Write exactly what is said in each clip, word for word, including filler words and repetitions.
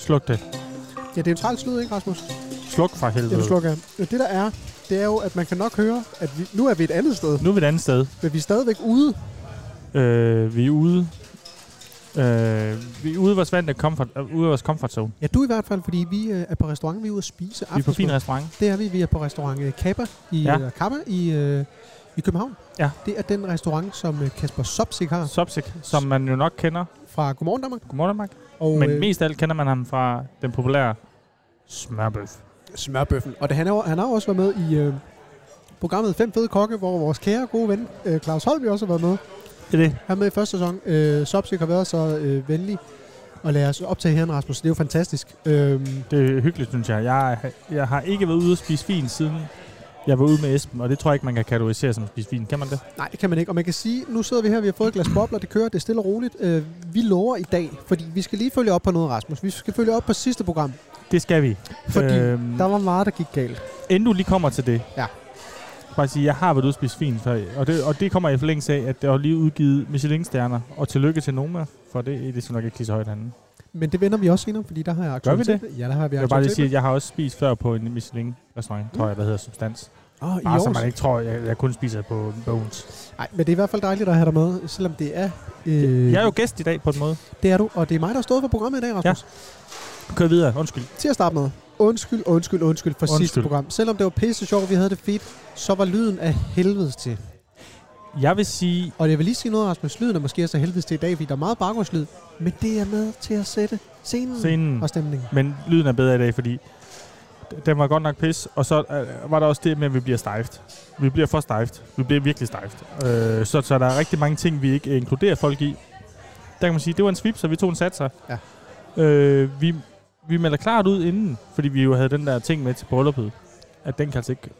Sluk det. Ja, det er en træls lyd, ikke, Rasmus? Sluk for helvede. Ja, du slukker. Det der er, det er jo, at man kan nok høre, at vi, nu er vi et andet sted. Nu er vi et andet sted. Men vi er stadigvæk ude. Øh, vi er ude. Øh, vi er ude af vores vante comfort, uh, ude af vores comfort zone. Ja, du i hvert fald, fordi vi øh, er på restaurant, vi er ude at spise aftensmad. Vi er på fin restaurant. Det er vi. Vi er på restaurant øh, Kappa i, Ja. øh, Kappa i, øh, i København. Ja. Det er den restaurant, som øh, Kasper Sobsik har. Sobsik, som man jo nok kender. Fra Godmorgen Danmark. Godmorgen Danmark. Og, Men øh, mest af alt kender man ham fra den populære smørbøf. Smørbøffen. Og det, han, er, han har også været med i øh, programmet Fem Fede Kokke, hvor vores kære gode ven, øh, Claus Holby, også har været med. Det er det. Han er med i første sæson. Øh, Sobsik har været så øh, venlig at lade os optage herren, Rasmus. Det er jo fantastisk. Øhm, Det er hyggeligt, synes jeg. Jeg, jeg har ikke været ude at spise vin, siden jeg var ude med Esben, og det tror jeg ikke, man kan kategorisere som at spise vin. Kan man det? nej, det kan man ikke. Og man kan sige, nu sidder vi her, vi har fået et glas bobler, det kører, det er stille og roligt. Øh, vi lover i dag, fordi vi skal lige følge op på noget, Rasmus. Vi skal følge op på sidste program, Det skal vi. fordi Øhm, der var meget, der gik galt. Inden du lige kommer til det. Ja. Bare sige, jeg har været ude at spise vin før, og det, og det kommer i forlængelse af, at der har lige udgivet Michelin-stjerner, og tillykke til Noma, for det, det skal nok ikke lige så højt henne. Men det vender vi også senere, fordi der har jeg Gør vi aktualitet. Ja, der har vi Jeg vil bare lige aktualitet. sige, at jeg har også spist før på en Michelin-restaurant, mm. tror jeg, der hedder Substans. Åh, i Bare så år. man ikke tror, jeg, jeg kun spiser på Bones. Nej, men det er i hvert fald dejligt at have dig med, selvom det er... Øh, Jeg er jo gæst i dag på en måde. Det er du, og det er mig, der har stået for programmet i dag, Rasmus. Ja. Kør videre, undskyld. Til at starte med. Undskyld, undskyld, undskyld for Undskyld. sidste program. Selvom det var pisse sjovt, vi havde det fedt, så var lyden af helvedes til. Jeg vil sige... Og jeg vil lige sige noget, Rasmus. Lyden er måske så helvedes til i dag, fordi der er meget baggrundslyd. Men det er med til at sætte scenen, Scenen. og stemningen. Men lyden er bedre i dag, fordi den var godt nok pis. Og så øh, var der også det med, at vi bliver stejft. Vi bliver for stejft. Vi bliver virkelig stejft. Øh, så, så der er rigtig mange ting, vi ikke inkluderer folk i. Der kan man sige, det var en svip, så vi tog en satser. Ja. Øh, vi, vi melder klart ud inden, fordi vi jo havde den der ting med til brylluppet, at den kan altså ikke...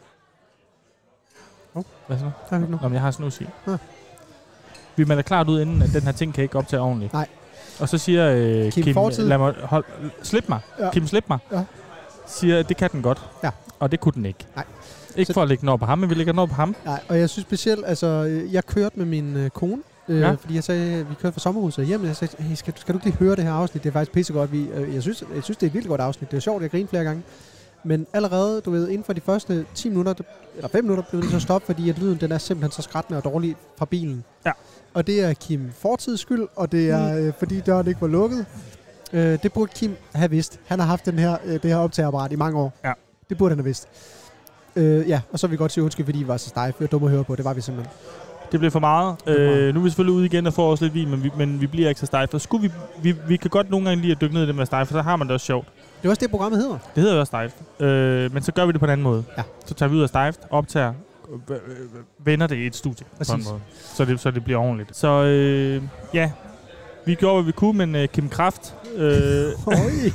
Oh. Hvad så? Der er ikke nu. Nå, men jeg har snus i. Ja. Vi melder klart ud inden, at den her ting kan ikke optage ordentligt. Nej. Og så siger øh, Kim Kim, Fortid. lad mig hold, slip mig. Ja. Kim, slip mig. Ja. Siger, at det kan den godt. Ja. Og det kunne den ikke. Nej. Ikke Så for at lægge den over på ham, men vi lægger den over på ham. Nej, og jeg synes specielt, altså, øh, jeg kørte med min øh, kone, øh, Ja. fordi jeg sagde, vi kørte fra sommerhuset hjem, og jeg sagde, hey, skal, skal du ikke lige høre det her afsnit? Det er faktisk pissegodt. Vi, øh, jeg, synes, jeg synes, det er et virkelig godt afsnit. Det er sjovt, jeg griner flere gange. Men allerede, du ved, inden for de første ti minutter, eller fem minutter, blev det så stoppet, fordi at lyden, den er simpelthen så skrættende og dårlig fra bilen. Ja. Og det er Kim Fortids skyld, og det er, øh, fordi døren ikke var lukket. Øh, det burde Kim have vidst. Han har haft den her, øh, det her optageapparat i mange år. Ja. Det burde han have vidst. Øh, ja, og så vil vi godt sige undskyld, fordi I var så stejfe. Vi var dumme at høre på. Det var vi simpelthen. Det blev for meget. Det blev meget. Øh, nu er vi selvfølgelig ude igen og får også lidt vin, men vi, men vi bliver ikke så stejfe. Skulle vi, vi, vi kan godt nogle gange lige at dykke ned i det med stejfe, for så har man det også sjovt. Det er også det, programmet hedder. Det hedder jo også stejft. Øh, men så gør vi det på en anden måde. Ja. Så tager vi ud af stejft, optager, øh, øh, vender det i et studie Præcis. på en måde. Så det, så det bliver ordentligt. Så øh, ja, vi gjorde, hvad vi kunne, men øh, Kim Kraft... Øh, Oj.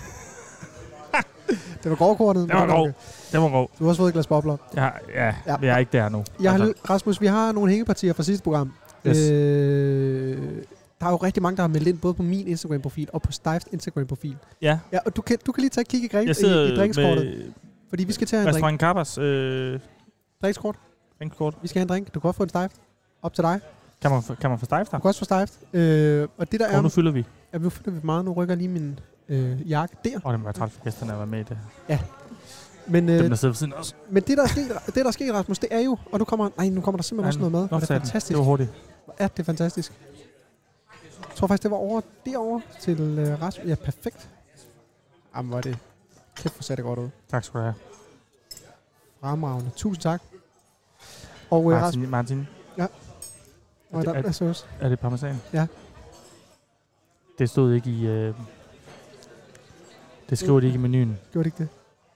Det var grovkortet. det var grov. Det var grov. Du har også fået et glas bobler. Ja, ja, Ja. ja, vi er ikke der nu. Jeg har, Altså, altså. Rasmus, vi har nogle hængepartier fra sidste program. Yes. Øh, der er jo rigtig mange, der har meldt ind, både på min Instagram-profil og på Stejft Instagram-profil. ja, Ja, og du kan, du kan lige tage et kig i, gren, jeg sidder i, i drinkskortet, med fordi vi skal til at have en drink. Restaurant Kappas øh, Drinkskort. drinkkort. Vi skal have en drink. Du kan også få en Stejft. Op til dig. Kan man, få- kan man få stejft Du der? kan også få Stejft. Øh, og det der er... Og nu fylder vi. Ja, nu fylder vi meget. Nu rykker jeg lige min øh, jakke der. Åh, det må være træt for gæsterne at være med i det her. Men, Dem, øh, der sidder ved siden også. men det, der er sket, det, der er sket, Rasmus, det er jo... Og nu kommer, nej, nu kommer der simpelthen også noget med. Nå, Og det er sagde den. fantastisk. Det var hurtigt. Hvor er det fantastisk. Jeg tror faktisk, det var over derovre til øh, Rasmus. Ja, perfekt. Jamen, hvor er det... Kæft, hvor ser det godt ud. Tak skal du have. Fremragende. Tusind tak. Og øh, Rasmus... Martin, Martin, Og er der det- er så også. er det parmesan? Ja. Det stod ikke i... Øh, det skriver de ikke i menuen. Gjorde det ikke det?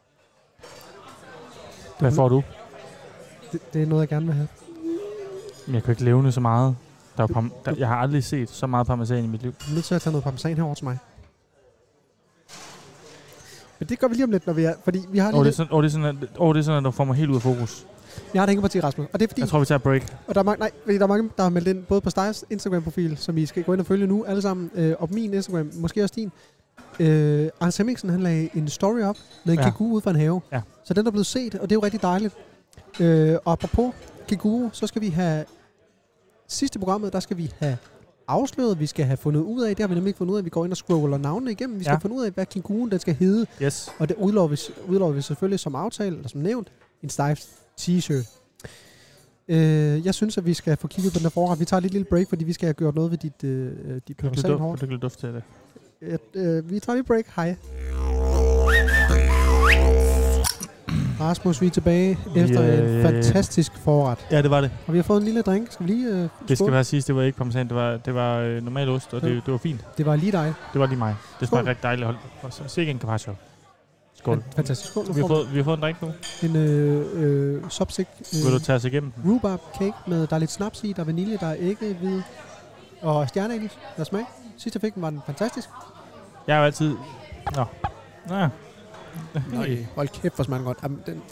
Hvad får du? det? Det er noget, jeg gerne vil have. Men jeg kan ikke levne så meget. Der er parm- der, jeg har aldrig set så meget parmesan i mit liv. Jeg er nødt til at tage noget parmesan herover til mig. Men det gør vi lige om lidt, når vi er... Fordi vi har lige... Åh, det er sådan, åh, det er sådan, at, åh, det er sådan, at du får mig helt ud af fokus. Jeg har et hængeparti, Rasmus. Og det er fordi... Jeg tror, vi tager break. Og der er, mange, nej, fordi der er mange, der har meldt ind, både på Stejs Instagram-profil, som I skal gå ind og følge nu, alle sammen, øh, og på min Instagram, måske også din. Øh, Anders Hemmingsen, han lagde en story op med en Ja. kænguru ude for en have. Ja. Så den er blevet set, og det er jo rigtig dejligt. Øh, og apropos kænguru, så skal vi have... Sidste programmet, der skal vi have afsløret, vi skal have fundet ud af. Det har vi nemlig ikke fundet ud af. Vi går ind og scroller navnene igennem. Vi skal Ja. have fundet ud af, hvad kænguruen den skal hedde. Yes. Og det udlover vi, udlover vi selvfølgelig som aftale, eller som nævnt, en stejf t-shirt. Øh, jeg synes, at vi skal få kigget på den her forret. Vi tager lige et lille break, fordi vi skal have gjort noget ved dit, øh, dit Kan du parasalhår. duft, kan du duft til det? Øh, vi tager lige et break. Hej. Rasmus, vi er tilbage Vi, efter øh, en fantastisk forret. Ja, det var det. Og vi har fået en lille drink. Skal vi lige øh, Det skal skåle? være sidst, det var ikke parmesan, det var, det var øh, normal ost, og det, det var fint. Det var lige dig. Det var lige mig. Det Skål. smagte rigtig dejligt. Hold. Og så sikke en carpaccio. Skål. Fan- Fantastisk. Skål. Nu Vi har, får fået, vi har fået en drink nu. vi en øh, øh, sopsik. Vil du tage os igennem den? Rhubarb cake med, der er lidt snaps i, der er vanilje, der er æggehvide og stjerneanis. Der er smag. Sidst jeg fik den, var den fantastisk. Jeg har jo altid... Nå. Nå. Nej, hold kæft, hvor smager den godt. Jamen, den,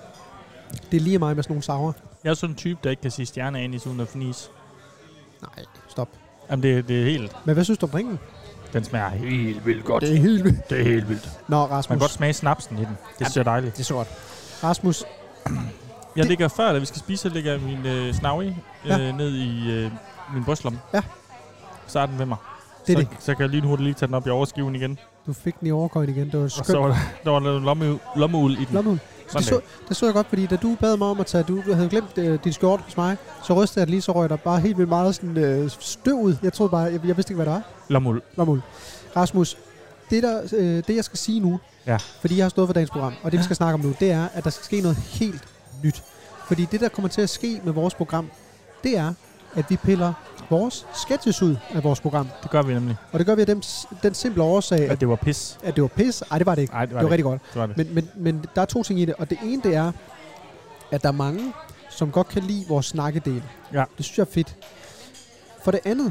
det er lige mig med sådan nogle sauer. Jeg er sådan en type, der ikke kan sige stjerneanis uden at fnise. Nej, stop. Jamen, det, det er helt... Men hvad synes du om drinken? Den smager helt vildt godt. Det er helt vildt. Det er helt vildt. Nå, Man Rasmus. kan godt smage snapsen i den. Det synes jeg er dejligt. Det er så godt. Rasmus, Jeg Det- ligger før, da vi skal spise, så ligger jeg min øh, snaui øh, Ja. ned i øh, min brystlomme. Ja. Så er den ved mig. Det er så, så kan jeg lige hurtigt lige tage den op i overskiven igen. du fik den i overkøjen igen. Det var Og så skønt. var der, der var noget lomme, lommeuld i den. Lommeuld. Det så, det så jeg godt, fordi da du bad mig om at tage, du havde glemt øh, din skjort hos mig, så rystede jeg det lige, så røg der bare helt vildt meget sådan, øh, støv ud. Jeg troede bare, jeg, jeg vidste ikke, hvad det var. Lommeuld. Lommeuld. Rasmus, det, der, øh, det jeg skal sige nu, Ja. fordi jeg har stået for dagens program, og det vi skal snakke om nu, det er, at der skal ske noget helt nyt. Fordi det, der kommer til at ske med vores program, det er, at vi piller vores sketches ud af vores program. Det gør vi nemlig. Og det gør vi af den, den simple årsag, At at, det var pis. at det var pis. Ej, det var det ikke. Nej, det var Det var det. rigtig godt. Det var det. Men, men, men der er to ting i det, og det ene det er, at der er mange, som godt kan lide vores snakkedel. Ja. Det synes jeg er fedt. For det andet,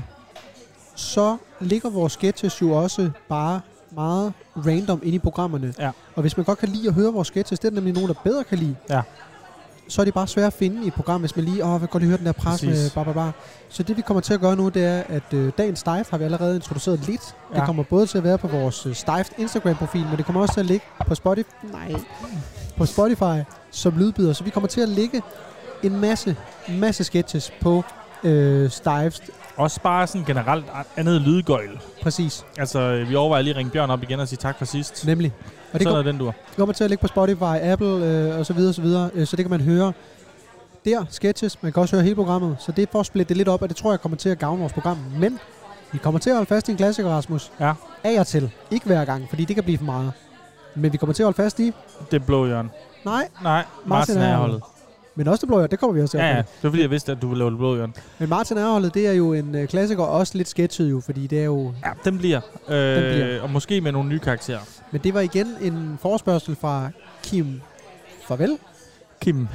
så ligger vores sketches jo også bare meget random inde i programmerne. Ja. Og hvis man godt kan lide at høre vores sketches, det er der nemlig nogen, der bedre kan lide. Ja. Så er det bare svært at finde i et program, hvis man lige, åh, jeg vil godt lige høre den der pres Præcis. med bar, bar, bar. Så det vi kommer til at gøre nu, det er, at øh, dagens Stejf har vi allerede introduceret lidt. Ja. Det Ja. kommer både til at være på vores øh, Stejft Instagram-profil, men det kommer også til at ligge på Spotify, nej, på Spotify som lydbyder. Så vi kommer til at lægge en masse, masse sketches på øh, Stejft. Også bare sådan generelt andet lydgøjl. Præcis, Altså, øh, vi overvejer lige at ringe Bjørn op igen og sige tak for sidst. nemlig. Og det Sådan kom, er den, du er. det kommer til at ligge på Spotify, Apple øh, og så videre, og så videre. Øh, så det kan man høre der, sketches. Man kan også høre hele programmet. Så det er for at splitte det lidt op, og det tror jeg kommer til at gavne vores program. Men vi kommer til at holde fast i en klassiker, Rasmus. Ja. Af og til. Ikke hver gang, fordi det kan blive for meget. Men vi kommer til at holde fast i... Det er blå, Jørgen. Nej, Nej, Martin er holdet. men også det blå, det kommer vi også til at Ja, ja. holde. Det var fordi, jeg vidste, at du ville lave det blå, Jørgen. Men Martin Erholdet, det er jo en øh, klassiker, og også lidt sketchet jo, fordi det er jo... Ja, den bliver. Øh, Den bliver. Og måske med nogle nye karakterer. Men det var igen en forespørgsel fra Kim Farvel. Kim.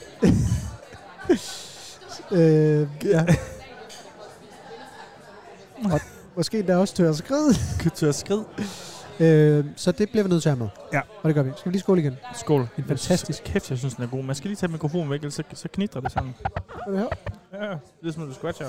Øh, ja. Og måske der også tør skrid. Køtør skrid. Øh, så det bliver vi nødt til at have med. Ja. Og det gør vi. Skal vi lige skåle igen? Skål. En fantastisk. Kæft, jeg synes, den er god. Man skal lige tage mikrofonen væk, ellers så, så knitrer det sådan. Er det her? Ja, det er som du scratcher.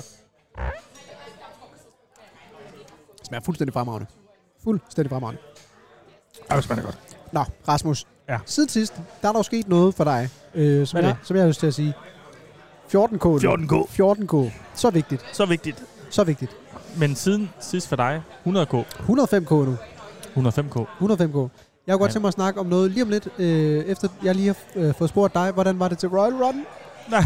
Det smager fuldstændig fremragende. Fuldstændig fremragende. Ja, det smager godt. Nå, Rasmus. Ja. Siden sidst, der er der jo sket noget for dig, øh, som, Hvad er jeg, som jeg har lyst til at sige. fjorten K. fjorten K. fjorten K. Så vigtigt. Så vigtigt. Så vigtigt. Men siden sidst for dig, hundrede K. hundrede og fem K nu. hundrede og fem K. hundrede og fem K. Jeg kunne godt Ja. tænke mig at snakke om noget lige om lidt, øh, efter jeg lige har øh, fået spurgt dig, hvordan var det til Royal Run? Nej.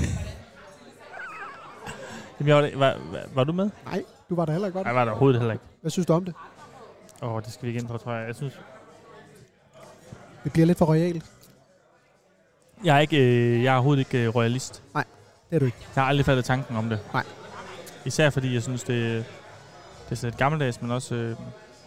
Jamen, jeg var, var, var, var du med? Nej, du var der heller ikke, var Nej, du? var der overhovedet heller ikke. Hvad synes du om det? Åh, oh, det skal vi ikke ind på, tror jeg. Jeg synes... Det bliver lidt for royalt. Jeg er, ikke, øh, jeg er overhovedet ikke øh, royalist. Det er du ikke. Jeg har aldrig fattet tanken om det. Nej. Især fordi jeg synes, det, det er sådan lidt gammeldags, men også... Øh,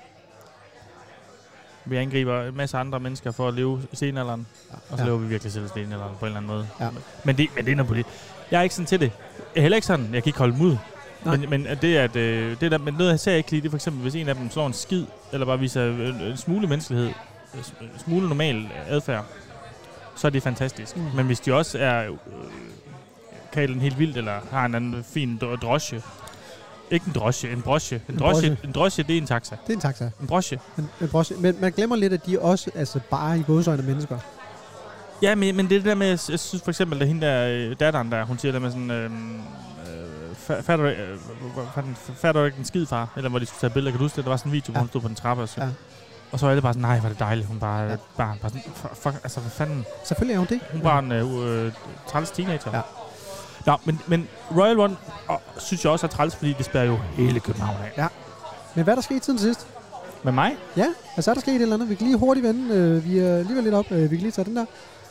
vi angriber en masse andre mennesker for at leve i stenalderen. Ja. Og så Ja. lever vi virkelig selv i stenalderen på en eller anden måde. Ja. Men, det, men det er noget på det. Jeg er ikke sådan til det. Jeg er heller ikke sådan, jeg kan ikke holde dem ud. Nej. Men, men at det er, at, øh, det der, men noget, jeg ser ikke lige, det er for eksempel, hvis en af dem slår en skid, eller bare viser en, en smule menneskelighed, en smule normal adfærd, så er det fantastisk. Mm. Mm. Men hvis de også er øh, kalen helt vildt, eller har en anden fin dro- drosje, ikke en drosje, en brosje. En, En drosje, brosje. en drosje, det er en taxa. Det er en taxa. En brosje. Men, men, brosje. men man glemmer lidt, at de også altså bare i godsøjne mennesker. Ja, men, men det er det der med, jeg synes for eksempel, at hende der, øh, datteren der, hun siger det med sådan, øh, øh, fatter du, øh, fatter du ikke en skid, far? Eller hvor de skulle tage billeder, kan du huske det? Der var sådan en video, hvor ja. hun stod på en trappe og så. Ja. Og så var alle bare sådan, nej, var det dejligt. Hun bare, ja. bare, bare sådan, fuck, altså hvad fanden? Selvfølgelig er hun det. Hun var en øh, øh, træls teenager. Ja. Nå, men, men Royal Run og, synes jeg også er træls, fordi det spærrer jo hele København af. Ja. Men hvad er der sket siden sidst? Med mig? Ja, altså er der sket et eller andet. Vi kan lige hurtigt vende. Øh, vi er alligevel lidt op. Øh, vi kan lige tage den der.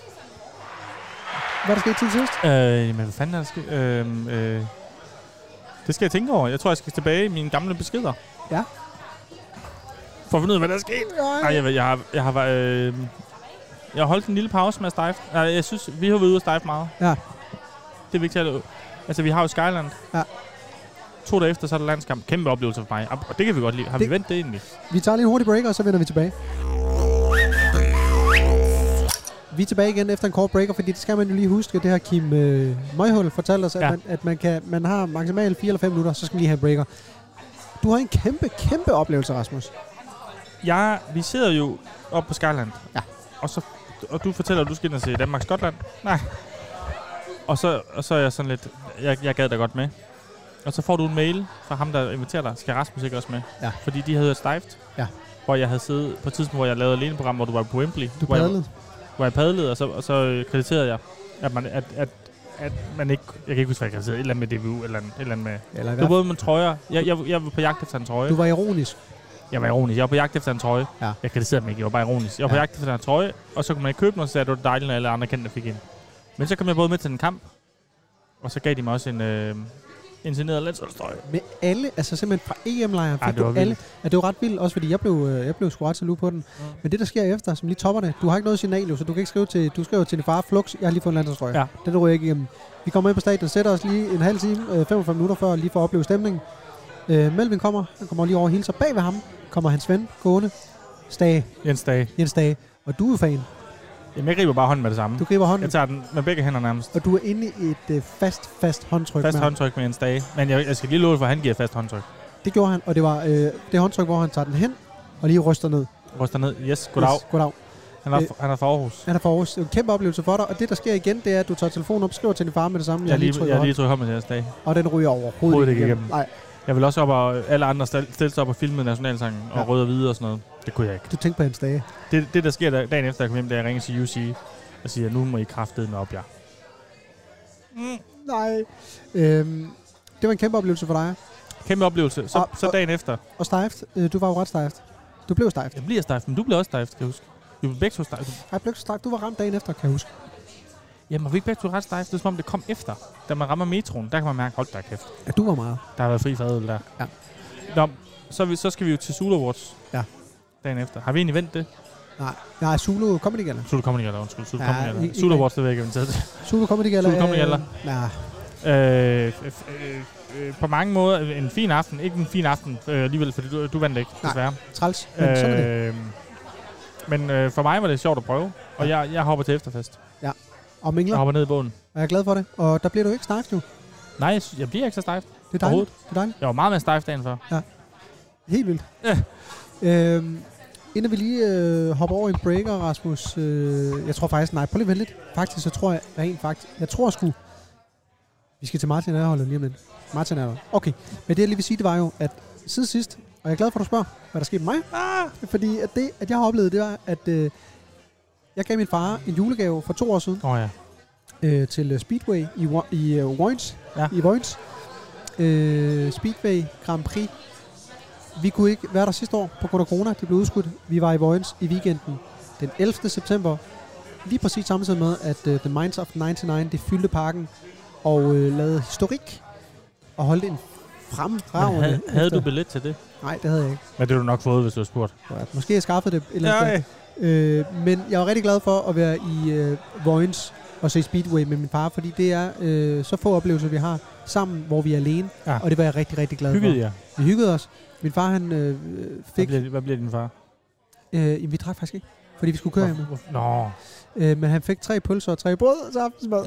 Hvad er der sket siden sidst? Øh, men hvad fanden er der sket? Øh, øh, det skal jeg tænke over. Jeg tror, jeg skal tilbage i mine gamle beskeder. Ja. For at finde ud af, hvad der er sket. Nej, jeg, jeg har, jeg har, øh, jeg har holdt en lille pause med at stejfe. Jeg synes, vi har været ude at stejfe meget. Ja. Det er vigtigt at... Altså, vi har jo Skyland. Ja. To dage efter, så er der landskamp. Kæmpe oplevelse for mig. Og det kan vi godt lide. Har det, vi vendt det egentlig? Vi tager lige en hurtig break, og så vender vi tilbage. Vi er tilbage igen efter en kort breaker, fordi det skal man jo lige huske. Det har Kim øh, Møjhul fortalt os, at, ja. man, at man, kan, man har maksimalt fire eller fem minutter, så skal man lige have en breaker. Du har en kæmpe, kæmpe oplevelse, Rasmus. Ja, vi sidder jo oppe på Skyland. Ja. Og, så, og du fortæller, at du skal ind og se Danmark-Skotland. Nej. Og så, og så er jeg sådan lidt, jeg, jeg gad da godt med. Og så får du en mail fra ham, der inviterer dig. Skal Rasmus ikke også med? Ja. Fordi de havde stejft. Ja. Hvor jeg havde siddet på et tidspunkt, hvor jeg lavede alene program, hvor du var på Wembley. Du padlede. Hvor jeg padlede, og så, og så krediterede jeg, at man, at, at, at man ikke... Jeg kan ikke huske, hvad jeg krediterede. Et eller andet med D V U, eller et eller andet med... Eller det var både med trøjer. Jeg, jeg, jeg var på jagt efter en trøje. Du var ironisk. Jeg var ironisk. Jeg var på jagt efter en trøje. Ja. Jeg kritiserede mig ikke. Jeg var bare ironisk. Jeg var ja. på jagt efter en trøje, og så kunne man ikke købe noget, så sagde det var dejligt, når alle andre kendte fik ind. Men så kom jeg både med til en kamp, og så gav de mig også en... Øh, insinueret landsholdstrøje. Med alle, altså simpelthen fra E M-lejren fik du alle. Ja, det var ret vildt, også fordi jeg blev, jeg blev sgu ret til på den. Mm. Men det, der sker efter, som lige topper det, du har ikke noget signal, så du kan ikke skrive til, du skriver til din far, flux, jeg har lige fået en landsholdstrøje. Ja. Den ryger ikke igennem. Vi kommer ind på stadion, sætter os lige en halv time, øh, femogfyrre minutter før, lige for at opleve stemningen. Øh, Melvin kommer, han kommer lige over hele sig. Bag ved ham kommer hans ven, gående, Stage. Jens Stage. Jens Stage. Og du er fan. Jamen, jeg griber bare hånden med det samme. Du griber hånden? Jeg tager den med begge hænder nærmest. Og du er inde i et øh, fast, fast håndtryk Fast med håndtryk med en Stage. Men jeg, jeg skal lige love for, at han giver fast håndtryk. Det gjorde han, og det var øh, det håndtryk, hvor han tager den hen og lige ryster ned. Ryster ned, yes, goddag. Yes, goddag. Han er, øh, han er fra Aarhus. Han er fra Aarhus. Det er en kæmpe oplevelse for dig, og det, der sker igen, det er, at du tager telefonen op, skriver til din far med det samme. Jeg, jeg lige trykker lige hånden med det Stage. Og den ryger overhovedet ikke igennem. Nej. Jeg vil også op, og alle andre stille sig op og filme nationalsangen ja. og røde og hvide og sådan noget. Det kunne jeg ikke. Du tænkte på hans dage. Det, det der sker der, dagen efter, jeg kom hjem, da jeg ringer til U C og siger, nu må I kraftedeme op, ja. Mm. Nej. Øhm, det var en kæmpe oplevelse for dig. Kæmpe oplevelse. Så, og, så dagen efter. Og stejft. Øh, du var jo ret stejft. Du blev stejft. Jeg bliver stejft, men du blev også stejft, kan jeg huske. Vi blev begge to stejft. Jeg blev stejft. Du var ramt dagen efter, kan jeg huske. Jamen, vi ikke begge to ret stejft. Det er som om, det kom efter. Da man rammer metroen, der kan man mærke, hold da kæft. Ja, du var meget. Der har været fri fadøl der. Ja. Nå, så, vi, så skal vi jo til Zulu Awards. Ja. Dagen efter. Har vi egentlig vendt det? Nej, nej, Zulu Comedy Gala. Zulu Comedy Gala, undskyld. Zulu ja, Comedy Gala. Zulu Awards, det vil jeg ikke have Zulu Comedy Gala. Zulu Comedy Gala. Ja. Øh, øh, på mange måder en fin aften. Ikke en fin aften øh, alligevel, fordi du, du vandt ikke, desværre. Nej, træls. Men sådan er det. Men øh, for mig var det sjovt at prøve, og ja. jeg, jeg hopper til efterfest. Ja. Og mingler. Jeg hopper ned i båden. Og jeg er glad for det. Og der bliver du ikke stejft nu. Nej, jeg, jeg bliver ikke så stejft. Det er dejligt. Det er dejligt. Jeg var meget mere stejft dagen før. Ja. Helt vildt. Ja. Øhm, inden vi lige øh, hopper over en breaker, Rasmus. Øh, jeg tror faktisk, nej, prøv lige lidt. Faktisk, så tror jeg, rent faktisk, jeg tror sgu, vi skal til Martin Erholdet lige om lidt. Martin Erholdet. Okay. Men det jeg lige vil sige, det var jo, at siden sidst, og jeg er glad for, at du spørger, hvad der skete med mig. Ah! Fordi at det, at jeg har oplevet, det var, at øh, jeg gav min far en julegave for to år siden. Åh oh, ja. Øh, til Speedway i, i uh, Vojens. Ja. I Vojens. Øh, Speedway Grand Prix. Vi kunne ikke være der sidste år på grund af corona. Det blev udskudt. Vi var i Vojens i weekenden den ellevte september. Lige præcis samtidig med, at uh, The Minds of nioghalvfems, det fyldte parken og uh, lavede historik og holdt en fremragende... havde, havde du billet til det? Nej, det havde jeg ikke. Men det har du nok fået, hvis du har spurgt. Ja, måske jeg skaffede det et eller andet sted. Øh, men jeg var rigtig glad for at være i uh, Vojens og se Speedway med min far, fordi det er øh, så få oplevelser, vi har sammen, hvor vi er alene. Ja. Og det var jeg rigtig, rigtig glad hyggede for. Jeg. Vi hyggede os. Min far, han øh, fik... Hvad bliver, hvad bliver din far? Øh, vi drak faktisk ikke, fordi vi skulle køre hjemme. Nå. Øh, men han fik tre pølser og tre brød til aftensmad.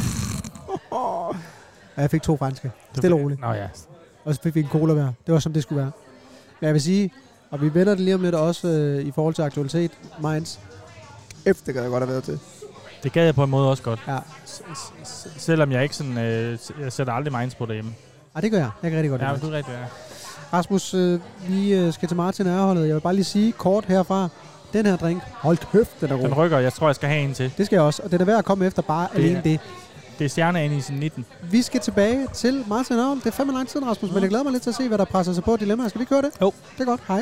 Og jeg fik to franske. Stille og roligt. Nå ja. Og så fik vi en cola hver. Det var som det skulle være. Men jeg vil sige, og vi vender det lige om lidt også øh, i forhold til aktualitet. Minds. Efter det gad jeg godt have været til. Det gad jeg på en måde også godt. Ja. S- s- selvom jeg ikke sådan, øh, jeg sætter aldrig minds på derhjemme. Ah, det gør jeg. Jeg kan rigtig godt Ja, lide du er rigtig, ja. Rasmus, øh, vi øh, skal til Martin og Ærholdet. Jeg vil bare lige sige kort herfra. Den her drink, hold kæft, den er god. Den rykker, jeg tror, jeg skal have en til. Det skal jeg også, og det er værd at komme efter bare det alene det. Det er Stjerneanis nitten. Vi skal tilbage til Martin og Ærholdet. Det er fandme lang tid, Rasmus, mm. men jeg glæder mig lidt til at se, hvad der presser sig på dilemmaer. Skal vi køre det? Jo. Det er godt. Hej.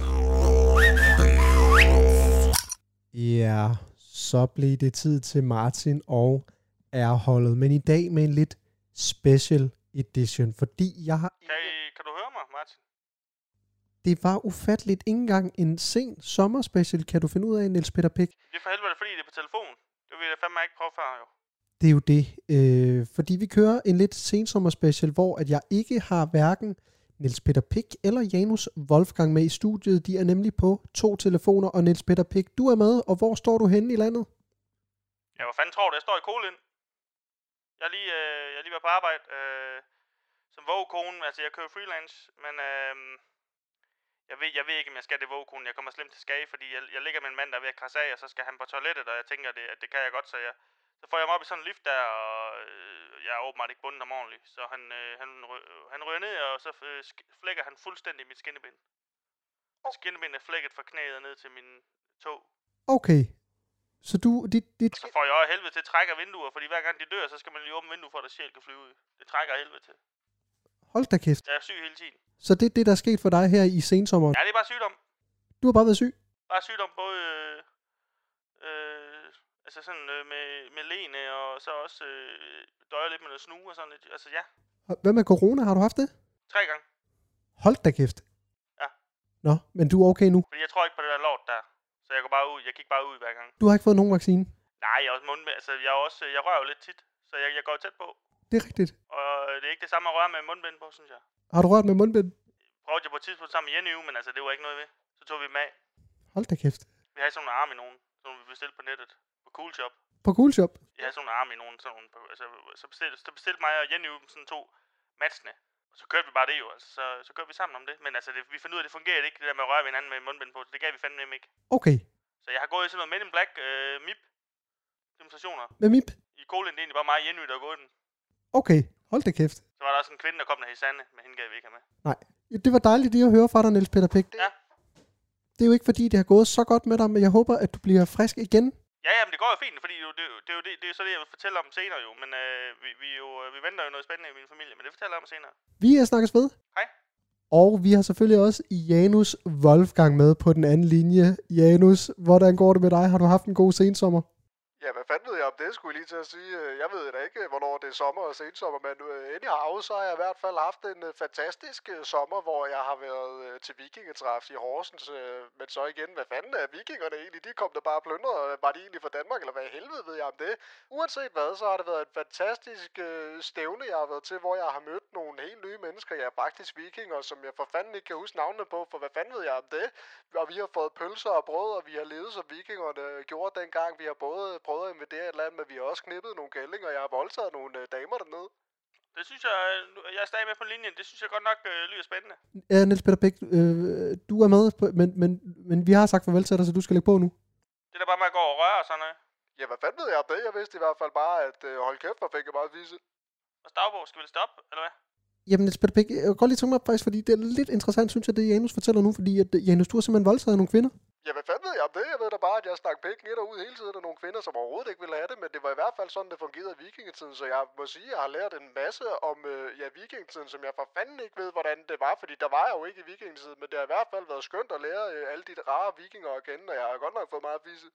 Ja, så blev det tid til Martin og Ærholdet, men i dag med en lidt special edition, fordi jeg har... Kan, I, kan du høre mig, Martin? Det var ufatteligt. Ikke engang en sen sommerspecial kan du finde ud af, Niels Peter Pick. Det er for helvede, fordi det er på telefon. Det vil jeg fandme ikke prøve før, jo. Det er jo det. Øh, fordi vi kører en lidt sen sommerspecial, hvor at jeg ikke har hverken Niels Peter Pick eller Janus Wolfgang med i studiet. De er nemlig på to telefoner, og Niels Peter Pick, du er med, og hvor står du henne i landet? Ja, hvad fanden tror du? Jeg står i Kolind. Jeg er lige, øh, jeg er lige været på arbejde øh, som vågekone. Altså, jeg kører freelance, men øh, jeg, ved, jeg ved ikke, om jeg skal det vågekone. Jeg kommer slemt til skade, fordi jeg, jeg ligger med en mand, der er ved at krasse af, og så skal han på toilettet, og jeg tænker, det, at det kan jeg godt, så jeg... Så får jeg mig op i sådan en lift der, og øh, jeg er åbenbart ikke bundet om ordentligt. Så han, øh, han, ry- han ryger ned, og så øh, flækker han fuldstændig mit skinneben. Mit skinneben er flækket fra knæet ned til min tog. Okay. Så du... Dit, dit... Så får jeg også helvede til at trække vinduer, fordi hver gang de dør, så skal man lige åbne vinduer, for at der sjæl kan flyve ud. Det trækker helvede til. Hold da kæft. Jeg er syg hele tiden. Så det er det, der er sket for dig her i sensommeren? Ja, det er bare sygdom. Du har bare været syg? Bare sygdom, både... Øh, øh, Altså sådan øh, med, med lene, og så også øh, døjer lidt med noget snue og sådan lidt. Altså ja. Hvad med corona? Har du haft det? Tre gange. Hold da kæft. Ja. Nå, men du er okay nu? Fordi jeg tror ikke på det der lort der. Så jeg går bare ud. Jeg gik bare ud hver gang. Du har ikke fået nogen vaccine? Nej, jeg er også mundbind. Altså jeg er også, jeg rører jo lidt tit. Så jeg, jeg går tæt på. Det er rigtigt. Og det er ikke det samme at røre med mundbind på, synes jeg. Har du rørt med mundbind? Prøvede jeg på et tidspunkt sammen med Jenny, men altså det var ikke noget ved. Så tog vi dem af. Hold da kæft. Vi havde sådan nogle arme i nogen, som vi bestilte på nettet. På Coolshop. På Coolshop? Jeg havde sådan nogle arme i nogen, sådan nogle, altså så bestilte, så bestilte mig og Jenny sådan to matchene. Og så kørte vi bare det jo, altså så, så kørte vi sammen om det. Men altså det, vi fandt ud af, at det fungerede ikke, det der med at røre ved hinanden med mundbind på. Det gav vi fandme ikke. Okay. Så jeg har gået i sådan noget Men in Black øh, M I P demonstrationer. Med M I P? I Kolind, det er egentlig bare mig og Jenny, der har gået den. Okay, hold da kæft. Så var der også en kvinde, der kom der i Sande, men hende gav vi ikke have med. Nej, det var dejligt lige at høre fra dig, Niels Peter Pick. Ja. Det er jo ikke fordi, det har gået så godt med dig, men jeg håber, at du bliver frisk igen. Ja, ja, men det går jo fint, fordi det, det, det, det, det er jo så det, jeg vil fortælle om senere jo. Men øh, vi, vi, jo, vi venter jo noget spændende i min familie, men det fortæller jeg om senere. Vi er snakkes ved. Hej. Og vi har selvfølgelig også Janus Wolfgang med på den anden linje. Janus, hvordan går det med dig? Har du haft en god sensommer? Ja, hvad fanden ved jeg om det, skulle jeg lige til at sige. Jeg ved da ikke, hvornår det er sommer og sensommer, men anyhow, så har jeg i hvert fald haft en fantastisk sommer, hvor jeg har været til vikingetræf i Horsens. Men så igen, hvad fanden er vikingerne egentlig? De kom der bare plyndret. Var de egentlig fra Danmark, eller hvad helvede ved jeg om det? Uanset hvad, så har det været et fantastisk stævne, jeg har været til, hvor jeg har mødt nogle helt nye mennesker. Jeg er faktisk vikinger, som jeg for fanden ikke kan huske navnene på, for hvad fanden ved jeg om det? Og vi har fået pølser og brød, og vi har levet som vikingerne gjorde dengang. Vi har både prøvet at invadere et land, men vi har også knippet nogle kællinger, og jeg har voldtaget nogle øh, damer dernede. Det synes jeg, jeg er stadig med på linjen. Det synes jeg godt nok øh, lyder spændende. Ja, Niels Peter Pick, øh, du er med, på, men, men, men vi har sagt farvel til dig, så du skal lægge på nu. Det er da bare med at gå og røre og sådan noget. Ja, hvad fanden ved jeg om det? Jeg vidste i hvert fald bare, at øh, hold kæft, hvor fik jeg meget vise. Og Stavborg, skal vi liste op, eller hvad? Jamen, Niels Peter Pick, jeg kan godt lige tænke mig op, faktisk, fordi det er lidt interessant, synes jeg, det Janus fortæller nu, fordi at, Janus, du har simpelthen voldtaget nogle kvinder. Ja, hvad fanden ved jeg om det? Jeg ved da bare, at jeg stak pæk lidt ud hele tiden af nogle kvinder, som overhovedet ikke ville have det, men det var i hvert fald sådan, det fungerede i vikingetiden, så jeg må sige, at jeg har lært en masse om øh, ja, vikingetiden, som jeg for fanden ikke ved, hvordan det var, fordi der var jeg jo ikke i vikingetiden, men det har i hvert fald været skønt at lære øh, alle de rare vikinger at kende, og jeg har godt nok fået meget at vise.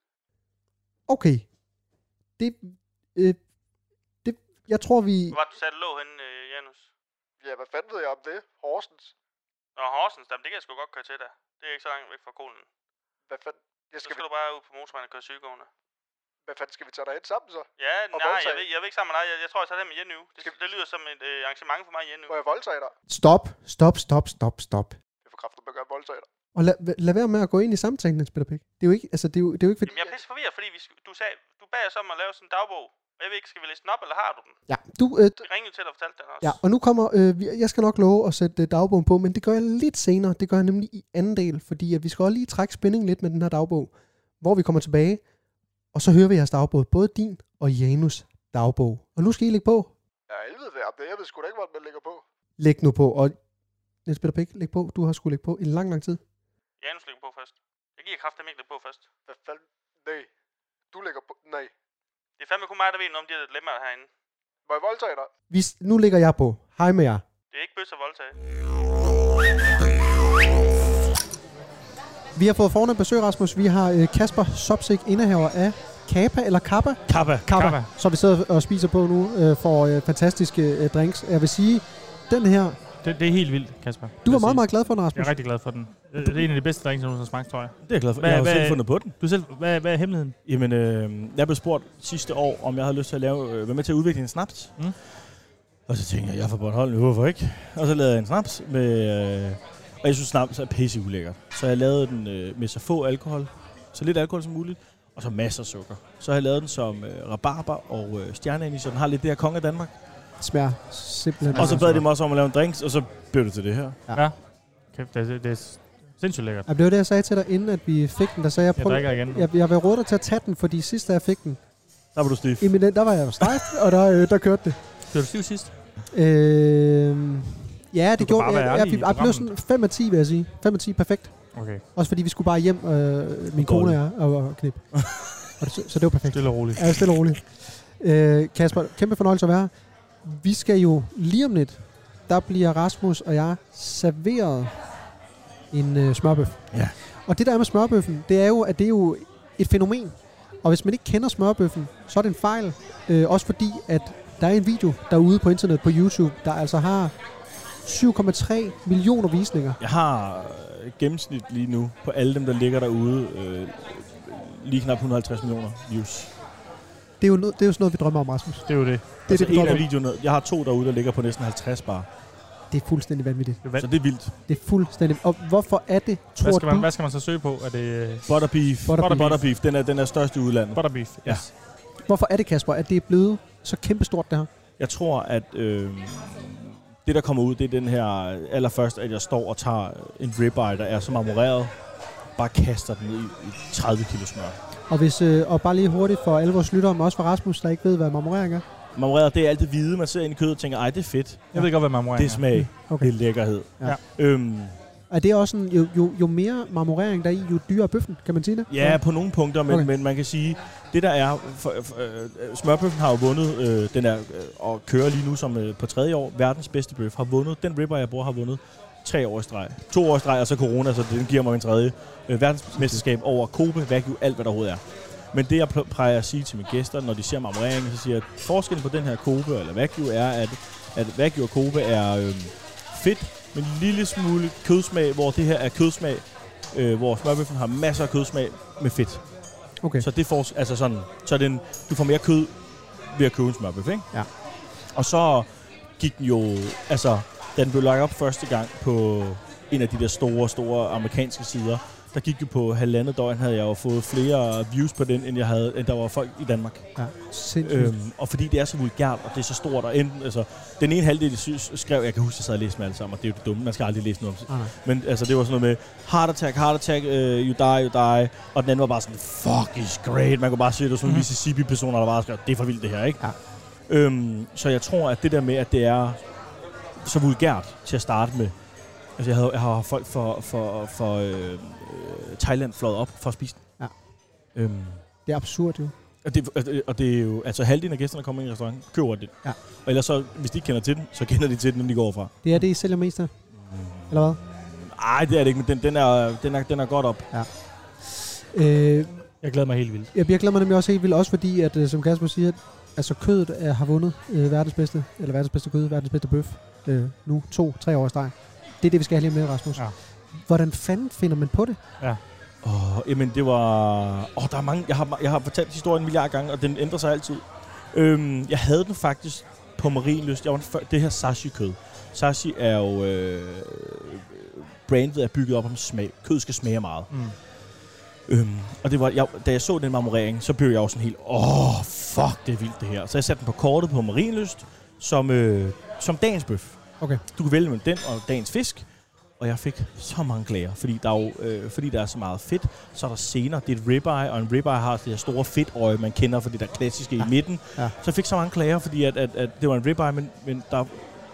Okay. Det, øh, det, jeg tror vi... Hvor var du sat lå henne, øh, Janus? Ja, hvad fanden ved jeg om det? Horsens? Nå, Horsens, jamen, det kan jeg sgu godt køre til der. Det er ikke så langt væk fra Kolen. Hvad fanden? Jeg Så skal skal vi... du bare ud på motorvejen og køre sygegående. Hvad fanden skal vi tage derhen sammen så? Ja, Og nej, voldtage? jeg vil, jeg vil ikke sammen med dig. Jeg, jeg tror, jeg tager det med Jenny. Det, Skal- det lyder som et øh, arrangement for mig Jenny. Må jeg voldtage dig? Stop, stop, stop, stop, stop. Jeg får kraftigt med at gøre voldtage dig. Og lad, lad være med at gå ind i samtalen, Niels Peter Pick. Det er jo ikke, altså, det er jo, det er jo ikke fordi... Jamen, jeg er pisse forvirret, fordi vi, sk- du sagde, du bad os om at lave sådan en dagbog. Jeg ved ikke, skal vi læse den op, eller har du den? Ja, du... Øh, Jeg ringede til dig og fortalte den også. ja, og nu kommer... Øh, vi- jeg skal nok love at sætte øh, dagbogen på, men det gør jeg lidt senere. Det gør jeg nemlig i anden del, fordi at vi skal også lige trække spændingen lidt med den her dagbog, hvor vi kommer tilbage, og så hører vi jeres dagbog, både din og Janus dagbog. Og nu skal I lægge på. Ja, helvede ved om det. Jeg ved sgu da ikke, hvordan man lægger på. Læg nu på. Og Niels Peter Pick, læg på. Du har skulle lægge på en lang, lang tid. Ja, nu lægger på først. Jeg giver kraften ikke lægge på først. Hvad fanden? Nej. Du lægger på... Nej. Det er fandme kun mig, der ved noget om de her dilemmaer herinde. Må jeg voldtage dig? Vi, nu lægger jeg på. Hej med jer. Det er ikke bøs at voldtage. Vi har fået fornemt besøg, Rasmus. Vi har øh, Kasper Sobsik, indehaver af Kappa eller Kappa? Kappa. Kappa. Kappa. Som vi sidder og spiser på nu øh, for øh, fantastiske øh, drinks. Jeg vil sige, den her... Det, det er helt vildt, Kasper. Du var meget, meget glad for den, Rasmus. Jeg er rigtig glad for den. Det er en af de bedste drinks, jeg nogensinde har smagt, tror jeg. Det er jeg glad for. Hvad, jeg har hvad, selv fundet på den. Du selv, hvad, hvad er hemmeligheden? Jamen, øh, jeg blev spurgt sidste år, om jeg havde lyst til at lave, øh, være med til at udvikle en snaps. Mm. Og så tænkte jeg, jeg er fra Bornholm, hvorfor ikke? Og så lavede jeg en snaps med... Øh, og jeg synes, snaps er pisse ulækkert. Så jeg lavede den øh, med så få alkohol, så lidt alkohol som muligt, og så masser af sukker. Så har jeg lavet den som øh, rabarber og øh, stjerneanis, så den har lidt det her konge af Danmark. Smager simpelthen. Og så bad de mig også om at lave en drinks, og så blev det til det her. Ja. ja. Kæft, det, det, det er sindssygt lækkert. Ja, det var det, jeg sagde til dig, inden at vi fik den. Der sagde jeg, prøv, jeg drikker igen. Jeg, jeg vil råde dig til at tage den, fordi sidst, da jeg fik den... Der var du stiv. Jamen, der var jeg stejt, og der, øh, der kørte det. Blev du stiv sidst? Øh, ja, det du gjorde jeg. Jeg, jeg, jeg blev sådan fem af ti, vil jeg sige. fem af ti, perfekt. Okay. Også fordi vi skulle bare hjem, øh, min kone og jeg, og, og knip. og det, så, så det var perfekt. Stille og roligt. Ja, stille og roligt. Øh, Kasper, kæmpe fornøjelse at være. Vi skal jo lige om lidt, der bliver Rasmus og jeg serveret en øh, smørbøf. Ja. Og det der er med smørbøffen, det er jo, at det er jo et fænomen. Og hvis man ikke kender smørbøffen, så er det en fejl. Øh, også fordi, at der er en video derude på internet på YouTube, der altså har syv komma tre millioner visninger. Jeg har gennemsnit lige nu på alle dem, der ligger derude, øh, lige knap et hundrede og halvtreds millioner views. Det er, jo no- det er jo sådan noget, vi drømmer om, Rasmus. Det er jo det. Det er altså det, vi en af om. videoerne, jeg har to derude, der ligger på næsten halvtreds bare. Det er fuldstændig vanvittigt. Det er så det er vildt. Det er fuldstændig. Og hvorfor er det, tror hvad skal man, du? Hvad skal man så søge på? Er det Butterbeef. Butterbeef. Butterbeef. Den er, den er størst i udlandet. Butterbeef, yes. Ja. Hvorfor er det, Kasper, at det er blevet så kæmpestort, det her? Jeg tror, at øh, det, der kommer ud, det er den her allerførst, at jeg står og tager en ribeye, der er så marmoreret, bare kaster den ned i, i tredive kilo smør. Og, hvis, øh, og bare lige hurtigt for alle vores lyttere, men også for Rasmus, der ikke ved, hvad marmorering er. Marmoreret, det er alt det hvide, man ser ind i kødet og tænker, ej, det er fedt. Jeg ved godt, hvad marmorering er. Det er smag. Okay. Det er lækkerhed. Ja. Øhm, er det også sådan, jo, jo, jo mere marmorering der er i, jo dyrere bøffen, kan man sige det? Ja, på nogle punkter, men, okay. men man kan sige, det der er, for, for, øh, smørbøffen har jo vundet, øh, den er, øh, og kører lige nu som øh, på tredje år, verdens bedste bøf, har vundet, den ribeye, jeg bruger, har vundet tre år i streg. To år i streg, og så corona, så den giver mig min tredje øh, verdensmesterskab over Kobe, Wagyu, alt hvad der overhovedet er. Men det, jeg plejer at sige til mine gæster, når de ser marmoreringen, så siger jeg, at forskellen på den her Kobe eller Wagyu er, at, at Wagyu og Kobe er øh, fedt, men en lille smule kødsmag, hvor det her er kødsmag, øh, hvor smørbøffen har masser af kødsmag med fedt. Okay. Så det får, altså sådan, så den, du får mere kød ved at købe en smørbøf, ikke? Ja. Og så gik den jo, altså, da den blev lagt op første gang på en af de der store, store amerikanske sider, der gik jo på halvandet døgn, havde jeg jo fået flere views på den, end, jeg havde, end der var folk i Danmark. Ja, øhm, og fordi det er så vulgært, og det er så stort, og enten, altså, den ene halvdel skrev, jeg kan huske, at jeg sad og læste med alle sammen, og det er jo det dumme, man skal aldrig læse noget om. Ah, men altså, det var sådan noget med, heart attack, heart attack, uh, you die, you die, og den anden var bare sådan, fuck is great, man kunne bare se, at det var sådan nogle mm. Mississippi-personer, der bare skrev, det er for vildt det her, ikke? Ja. Øhm, så jeg tror, at det der med, at det er så vulgært til at starte med, altså jeg, havde, jeg har folk for, for, for øh, Thailand fløjet op for at spise den. Ja. Øhm. Det er absurd jo. Og det, og det er jo, altså halvdelen af gæsterne, der kommer ind i restauranten, køber det. Ja. Og ellers så, hvis de ikke kender til den, så kender de til den, når de går fra. Det er det, I sælger mest af? Mm. Eller hvad? Nej, det er det ikke, men den, den, er, den, er, den er godt op. Ja. Øh, jeg glæder mig helt vildt. Jeg, jeg glæder mig nemlig også helt vildt, også fordi, at som Kasper siger, altså kødet er, har vundet øh, verdens bedste, eller verdens bedste kød, verdens bedste bøf, øh, nu to, tre år i streg. Det er det, vi skal have lige med, Rasmus. Ja. Hvordan fanden finder man på det? Ja. Åh, oh, jamen det var... Åh, oh, der er mange... Jeg har, jeg har fortalt historien en milliard gange, og den ændrer sig altid. Øhm, jeg havde den faktisk på Marienlyst. Jeg var før, det her sashi-kød. Sashi er jo... Øh, brandet er bygget op om smag. Kød skal smage meget. Mm. Øhm, og det var, jeg, da jeg så den marmorering, så blev jeg jo sådan helt... Åh, oh, fuck, det er vildt det her. Så jeg satte den på kortet på Marienlyst som, øh, som dagens bøf. Okay. Du kan vælge mellem den og dagens fisk. Og jeg fik så mange klager, fordi der, er jo, øh, fordi der er så meget fedt, så er der senere, det er et ribeye, og en ribeye har det her store fedtøje, man kender, fordi der er klassiske ja. i midten. Ja. Så jeg fik så mange klager, fordi at, at, at det var en ribeye, men, men der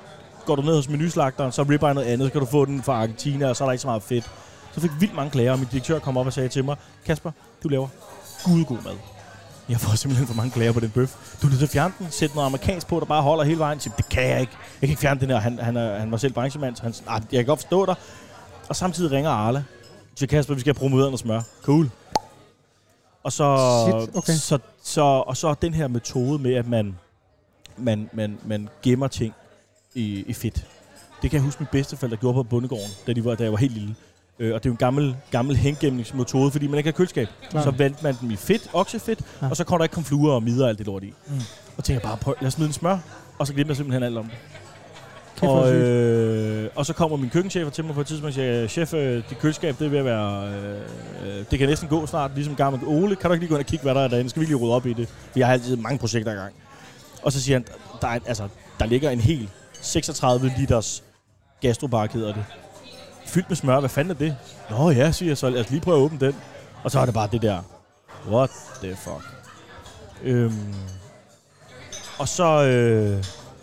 går du ned hos menuslagteren, så er ribeye noget andet, så kan du få den fra Argentina, og så er der ikke så meget fedt. Så fik vildt mange klager, og min direktør kom op og sagde til mig, Kasper, du laver gudegod mad. Jeg får simpelthen for mange klager på den bøf. Du er nødt til at fjerne den, sætte noget amerikansk på, der bare holder hele vejen. Så det kan jeg ikke. Jeg kan ikke fjerne den her. Han, han, er, han var selv branchemand, så han sagde, jeg kan godt forstå dig. Og samtidig ringer Arla. Så Kasper, vi skal have promoveret noget smør. Cool. Og så, Shit, okay. så, så, og så den her metode med, at man, man, man, man gemmer ting i, i fedt. Det kan jeg huske, min bedsteforældre gjorde på bondegården, da, de var, da jeg var helt lille. Øh, og det er jo en gammel, gammel hengemmningsmetode, fordi man ikke har køleskab. Klar. Så valgte man dem i fedt, oksefedt, ja. Og så kommer der ikke konfluer og midder og alt det lort i. Mm. Og tænker jeg bare, prøv, lad os smide en smør, og så glemmer jeg simpelthen alt om det. Kæft, Og, øh, og så kommer min køkkenchef til mig på et tidspunkt og siger, chef, øh, det køleskab, det er ved at være, øh, det kan næsten gå snart, ligesom gammel Ole. Kan du ikke lige gå ind og kigge, hvad der er derinde? Skal vi lige rydde op i det? For jeg har altid mange projekter i gang. Og så siger han, der, er, altså, der ligger en hel seksogtredive liters gastrobark, hedder det. Fyldt med smør, hvad fanden er det? Nå ja, siger jeg så, lad os lige prøve at åbne den. Og så er det bare det der, what the fuck. Øhm, og så øh,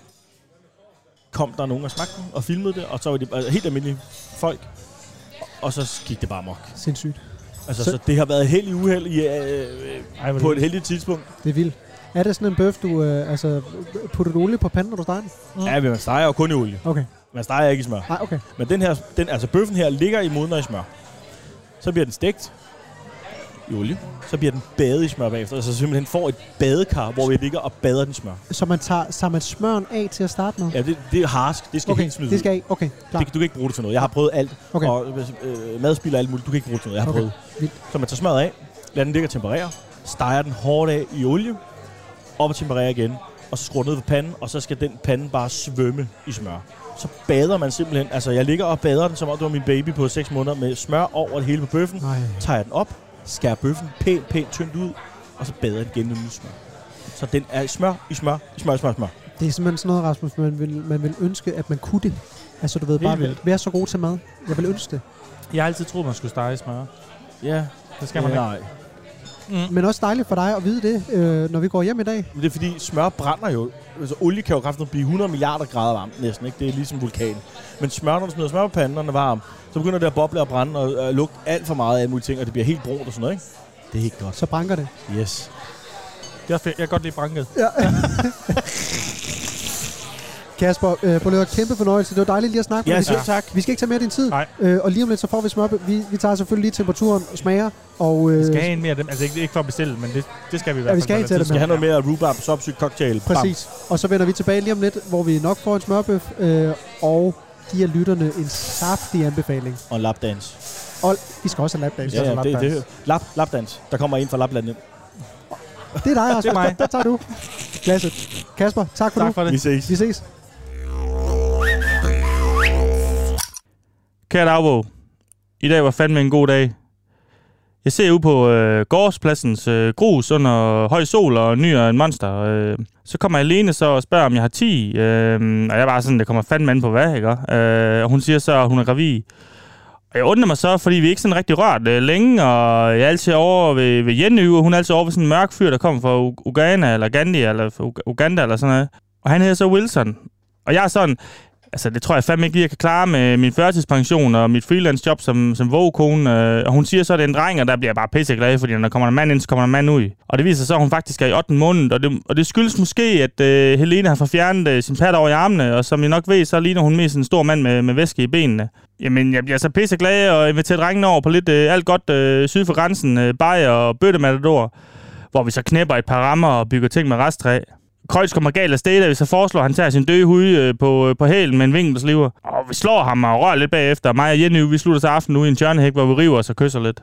kom der nogen og smagte den og filmede det, og så var det altså, helt almindelige folk. Og så gik det bare mok. Sindssygt. Altså, så, så det har været held i uheld i, øh, Ej, på et heldigt tidspunkt. Det er vildt. Er det sådan en bøf, du øh, altså, putter du olie på panden, når du steger den? Mm. Ja, men man steger jo kun i olie. Okay. Man steger ikke i smør. Nej, okay. Men den her, den, altså bøffen her ligger i modner i smør. Så bliver den stegt i olie. Så bliver den badet i smør bagefter. Så simpelthen får et badekar, hvor vi ligger og bader den i smør. Så man tager, tager man smøren af til at starte med? Ja, det, det er harsk. Det skal okay, helt smides det skal af. Okay, klar. Det, du kan ikke bruge det til noget. Jeg har prøvet alt. Okay. Og øh, madspil og alt muligt. Du kan ikke bruge det til noget. Jeg har okay. prøvet. Vildt. Så man tager smøret af. Lader den ligge og temperere. Steger den hårdt af i olie. Op og temperere igen. Og så skruer ned på panden. Og så skal den pande bare svømme i smør. Så bader man simpelthen. Altså, jeg ligger og bader den, som om det var min baby på seks måneder, med smør over det hele på bøffen. Ej. Tager jeg den op, skærer bøffen pænt, pænt tyndt ud, og så bader jeg den igen med smør. Så den er smør, i smør, i smør, i smør, smør. Det er simpelthen sådan noget, Rasmus, man vil, man vil ønske, at man kunne det. Altså, du ved, bare vil være så god til mad. Jeg vil ønske det. Jeg har altid troet, man skulle stege i smør. Ja, det skal man ja, ikke. Nej. Mm. Men også dejligt for dig at vide det, øh, når vi går hjem i dag. Men det er fordi, smør brænder jo. Altså, olie kan jo kraftigt blive hundrede milliarder grader varmt næsten, ikke? Det er ligesom vulkan. Men smør, når du smider smør på panden, når den er varm, så begynder det at boble og brænde og øh, lugte alt for meget af mulige ting, og det bliver helt brunt og sådan noget, ikke? Det er ikke godt. Så branker det. Yes. Det er fedt. Jeg kan godt lide branket. Ja. Kasper, øh, på løbet kæmpe fornøjelse. Det var dejligt lige at snakke ja, med dig. Ja, tak. Vi skal ikke tage mere af din tid. Nej. Øh, og lige om lidt, så får vi smør. Vi, vi tager selvfølgelig lige temperaturen og smager. Og, øh, vi skal have en mere af dem. Altså ikke, ikke for at bestille, men det, det skal vi i hvert fald. Ja, vi skal have til det. Vi skal have noget mere rhubarb sopsyg cocktail. Præcis. Bam. Og så vender vi tilbage lige om lidt, hvor vi nok får en smørbøf. Øh, og giver lytterne en saftig anbefaling. Og en lapdans. Og vi skal også have lapdans. Ja, ja, det, det, lap, lapdans. Der kommer en fra Lapland ind. Det er dig, Rasmus. Det er mig. Der tager du. Klasse. Kasper, tak for tak nu. For det. Vi ses. Vi ses. Kære dagbog, i dag var fandme en god dag. Jeg ser ud på øh, gårdspladsens øh, grus under høj sol og nyer en monster. Øh, så kommer Helene så og spørger, om jeg har ti. Øh, og jeg var sådan, det kommer fandme an på hvad, ikke? Øh, og hun siger så, at hun er gravid. Og jeg undrer mig så, fordi vi ikke sådan rigtig rørt øh, længe, og jeg er altid over ved, ved Jenny, og hun er altid over ved sådan en mørk fyr, der kommer fra U- Uganda, eller Gandhi, eller Uganda, eller sådan noget. Og han hedder så Wilson. Og jeg er sådan... Altså, det tror jeg fandme ikke lige, jeg kan klare med min førtidspension og mit freelance-job som, som vågekone. Og hun siger så, at det er en dreng, og der bliver jeg bare pisseglad, fordi når der kommer en mand ind, så kommer der en mand ud. Og det viser så, at hun faktisk er i ottende måned. Og det, og det skyldes måske, at uh, Helene har fået fjernet uh, sin pat over i armene. Og som I nok ved, så ligner hun mest en stor mand med, med væske i benene. Jamen, jeg bliver så pisseglad og inviterer drengene over på lidt uh, alt godt uh, syd for grænsen. Uh, bajer og bøttematador, hvor vi så knæpper et par rammer og bygger ting med resttræ. Kreuz kommer galt af sted, da vi så foreslår, at han tager sin døde hud øh, på, øh, på hælen med en vinkelsliver. Og vi slår ham og rører lidt bagefter. Mig og Jenny, vi slutter så aften ude i en tjørnehæk, hvor vi river os og kysser lidt.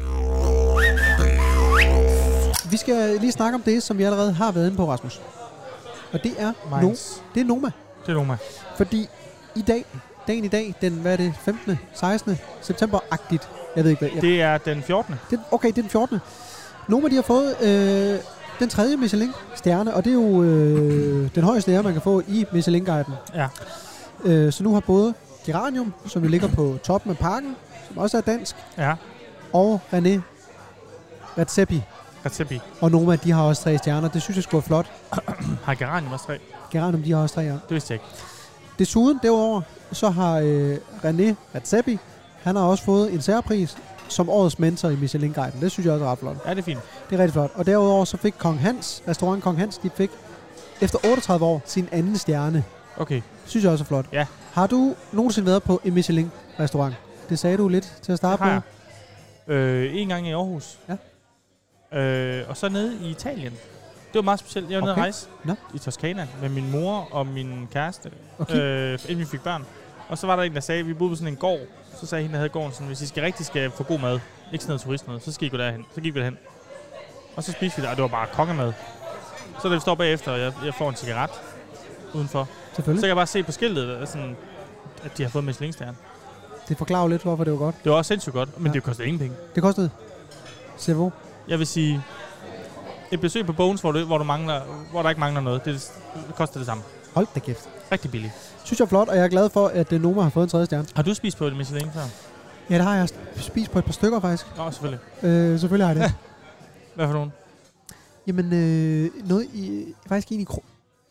Vi skal lige snakke om det, som vi allerede har været inde på, Rasmus. Og det er, no, det er Noma. Det er Noma. Fordi i dag, dagen i dag, den, hvad er det, femtende sekstende september-agtigt. Jeg ved ikke, hvad. Jeg... Det er den fjortende Det, okay, det er den fjortende Noma, de har fået... Øh, den tredje Michelin-stjerne, og det er jo øh, den højeste ære, man kan få i Michelin-guiden. Ja. Øh, så nu har både Geranium, som vi ligger på toppen af parken, som også er dansk, ja. og René Redzepi. Redzepi. Og Noma, de har også tre stjerner. Det synes jeg skulle være flot. Har Geranium også tre? Geranium, de har også tre, ja. Det vidste jeg ikke. Desuden, derudover, så har øh, René Redzepi, han har også fået en særpris som årets mentor i Michelin-guiden. Det synes jeg også er ret flot. Ja, det er fint. Det er rigtig flot. Og derudover så fik Kong Hans, restaurant Kong Hans, de fik efter otteogtredive år sin anden stjerne. Okay. Synes jeg også er flot. Ja. Har du nogensinde været på en Michelin-restaurant? Det sagde du lidt til at starte med. Øh, en gang i Aarhus. Ja. Øh, og så nede i Italien. Det var meget specielt. Jeg var Okay. nede at rejse Nå. i Toskana med min mor og min kæreste, Okay. øh, inden vi fik børn. Og så var der en, der sagde, vi boede på sådan en gård. Så sagde hende, der havde gården sådan, hvis I skal rigtig skal få god mad, ikke sådan noget turistmad, så skal I gå derhen. Så gik vi derhen. Og så spiste vi der, og det var bare kongemad. Så da vi står bagefter, og jeg, jeg får en cigaret udenfor, så Selvfølgelig. kan jeg bare se på skiltet, at, sådan, at de har fået Michelin-stjerne. Det forklarer jo lidt, hvorfor det var godt. Det var også sindssygt godt, men Ja. det kostede ingenting. Det kostede Servo. Jeg vil sige, et besøg på Bones, hvor, du, hvor, du mangler, hvor der ikke mangler noget, det, det koster det samme. Hold da kæft. Rigtig billigt. Synes jeg er flot, og jeg er glad for, at uh, Noma har fået en tredje stjerne. Har du spist på et Michelin før? Ja, det har jeg spist på et par stykker, faktisk. Nå, selvfølgelig. Øh, selvfølgelig har jeg det. Hvad for nogen? Jamen, øh, noget i... Faktisk en i Kro...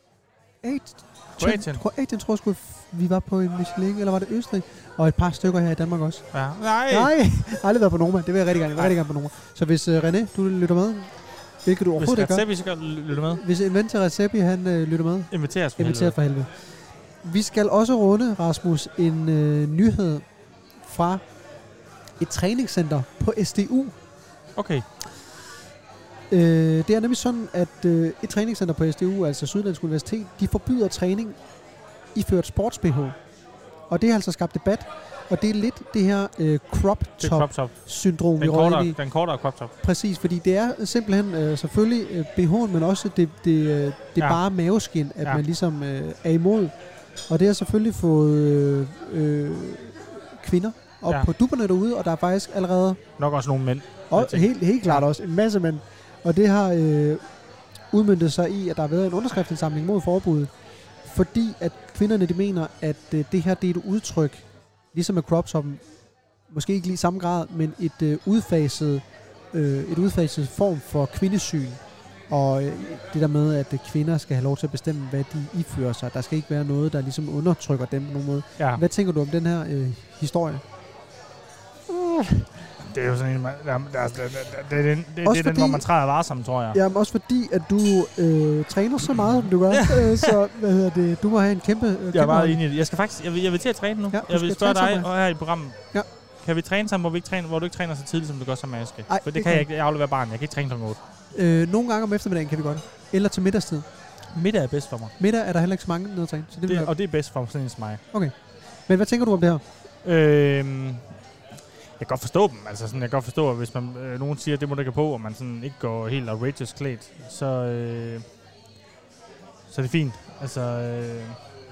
Kroatien. Kroatien, tror jeg sgu, vi var på en Michelin, eller var det Østrig? Og et par stykker her i Danmark også. Ja. Nej. Nej, jeg har aldrig været på Noma. Det vil jeg rigtig gerne. Jeg vil rigtig gerne på Noma. Så hvis uh, René, du lytter med, hvilket du Hvis overhovedet ikke gør. Redzepi skal lytte med, Hvis en ven til Redzepi, han øh, lytter med, inviter os for inviter helvede. for helvede. Vi skal også runde, Rasmus, en øh, nyhed fra et træningscenter på S D U. Okay. Øh, det er nemlig sådan, at øh, et træningscenter på S D U, altså Syddansk Universitet, de forbyder træning iført sports-B H. Og det har altså skabt debat. Og det er lidt det her øh, crop Det er crop top. top-syndrom, vi Den rører ind kortere, i. den kortere crop top. Præcis, fordi det er simpelthen øh, selvfølgelig øh, B H'en, men også det, det, øh, det Ja. bare maveskin, at Ja. man ligesom øh, er imod. Og det har selvfølgelig fået øh, øh, kvinder op Ja. på dupperne derude, og der er faktisk allerede, Nok også nogle mænd. og jeg tænker. helt, helt klart også, en masse mænd. Og det har øh, udmøntet sig i, at der har været en underskriftsindsamling mod forbuddet, fordi at kvinderne de mener, at øh, det her det er et udtryk, ligesom med crop toppen, måske ikke lige i samme grad, men et øh, udfaset, øh, et udfaset form for kvindesyn. Og øh, det der med, at øh, kvinder skal have lov til at bestemme, hvad de ifører sig. Der skal ikke være noget, der ligesom undertrykker dem på nogen måde. Ja. Hvad tænker du om den her øh, historie? Det er jo sådan en, man- der, der, der, der, der, det er den, det, Også det er den, fordi- hvor man træder varsomt, tror jeg. Jamen også fordi, at du øh, træner så meget, som du gør. øh, så hvad hedder det, du må have en kæmpe... Øh, Jeg er kæmpe meget hånd. enig i det. Jeg skal faktisk, jeg vil, jeg vil til at træne nu. Ja, du jeg vil skal spørge træne dig sammen med og her i programmet. Ja. Kan vi træne sammen, hvor, vi ikke træner, hvor du ikke træner så tidligt, som du gør sammen med Aske? Ej, For det, det kan jeg kan- ikke. Jeg afleverer barn. Jeg kan ikke træne klokken otte. Øh, nogle gange om eftermiddagen kan vi godt. Eller til middagstid. Middag er bedst for mig. Middag er der heller ikke så mange nede at træne. Så det, Det, det og det er bedst for sådan en som mig. Men hvad tænker du om det her? Øhm, jeg kan godt forstå dem. Altså sådan, jeg kan godt forstå, at hvis man, øh, nogen siger, at det må der gå på, og man sådan ikke går helt outrageous klædt, så, øh, så er det fint. Altså, øh,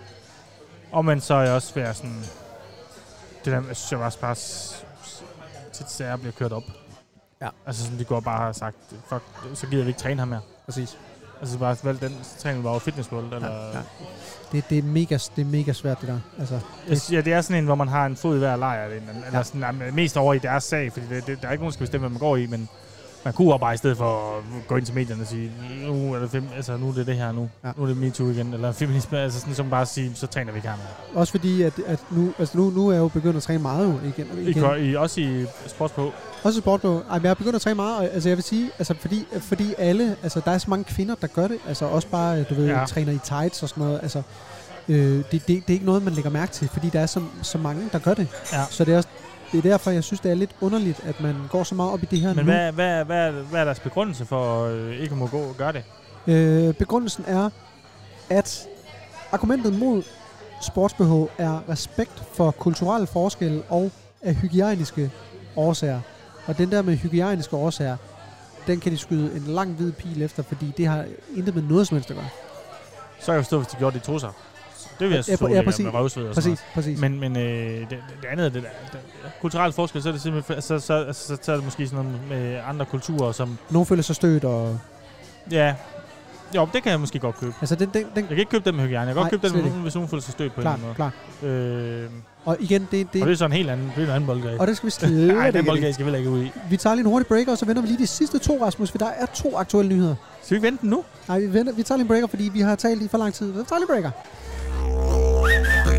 og men så er jeg også ved at sådan, det der, jeg synes jeg også bare s- s- tit sager bliver kørt op. Ja. Altså sådan, de går bare og har sagt, fuck, så gider vi ikke træne ham mere. Præcis. Altså bare valg den træning var over Fitness World, eller... Ja, ja. Det, det, er mega, det er mega svært, det der. Altså, Jeg siger, ja, det er sådan en, hvor man har en fod i hver lejr, eller, eller Ja. sådan, jamen, mest over i deres sag, fordi det, det, der er ikke nogen, der skal bestemme, hvad man går i, men man kunne bare i stedet for at gå ind til medierne og sige, nu er det, fem, altså, nu er det det her nu, Ja. nu er det MeToo igen, eller feminisme, altså sådan, som bare at sige, så træner vi ikke her med. også fordi, at, at nu, altså nu, nu er jeg jo begyndt at træne meget jo igen. I, igen. gør- I, også i sports på. Også sport på. Ej, men jeg er begyndt at træne meget, og, altså jeg vil sige, altså fordi, fordi alle, altså der er så mange kvinder, der gør det, altså også bare, du ved, Ja. ja. træner i tights og sådan noget, altså øh, det, det, det er ikke noget, man lægger mærke til, fordi der er så, så mange, der gør det. Ja. Så det er, også, det er derfor, jeg synes, det er lidt underligt, at man går så meget op i det her Men nu. hvad, hvad, hvad, hvad er deres begrundelse for øh, ikke at må gå og gøre det? Øh, begrundelsen er, at argumentet mod sports-B H er respekt for kulturelle forskelle og af hygiejniske årsager. Og den der med hygiejniske årsager, den kan de skyde en lang hvid pil efter, fordi det har intet med noget som helst at gøre. Så kan jeg forstå, hvis de gjorde det i trusser. Det vil jeg Ja, så ja, ja, præcis. med røvsved og sådan Præcis, præcis. noget. Men, men øh, det, det andet er det der, der kulturelle forskel, så er det simpelthen, så, så, så, så, så er det måske sådan noget med andre kulturer, som, Nogle føler sig stødt, og ja, jo, det kan jeg måske godt købe. altså den, den, den Jeg kan ikke købe dem med hygiejne. Jeg kan Nej, godt købe dem, slet hvis ikke. nogen, hvis nogen føler sig stødt på klar, en eller klar. anden måde. Øh, Og igen, det, det, og det er så en helt anden, det er en anden boldgade. og det skal vi slet Nej, den ikke boldgade ind i. skal vi heller ikke ud i. Vi tager lige en hurtig breaker, og så vender vi lige de sidste to, Rasmus, for der er to aktuelle nyheder. Skal vi vente den nu? Nej, vi, venter, vi tager lige en breaker, fordi vi har talt i for lang tid. Vi tager lige en breaker.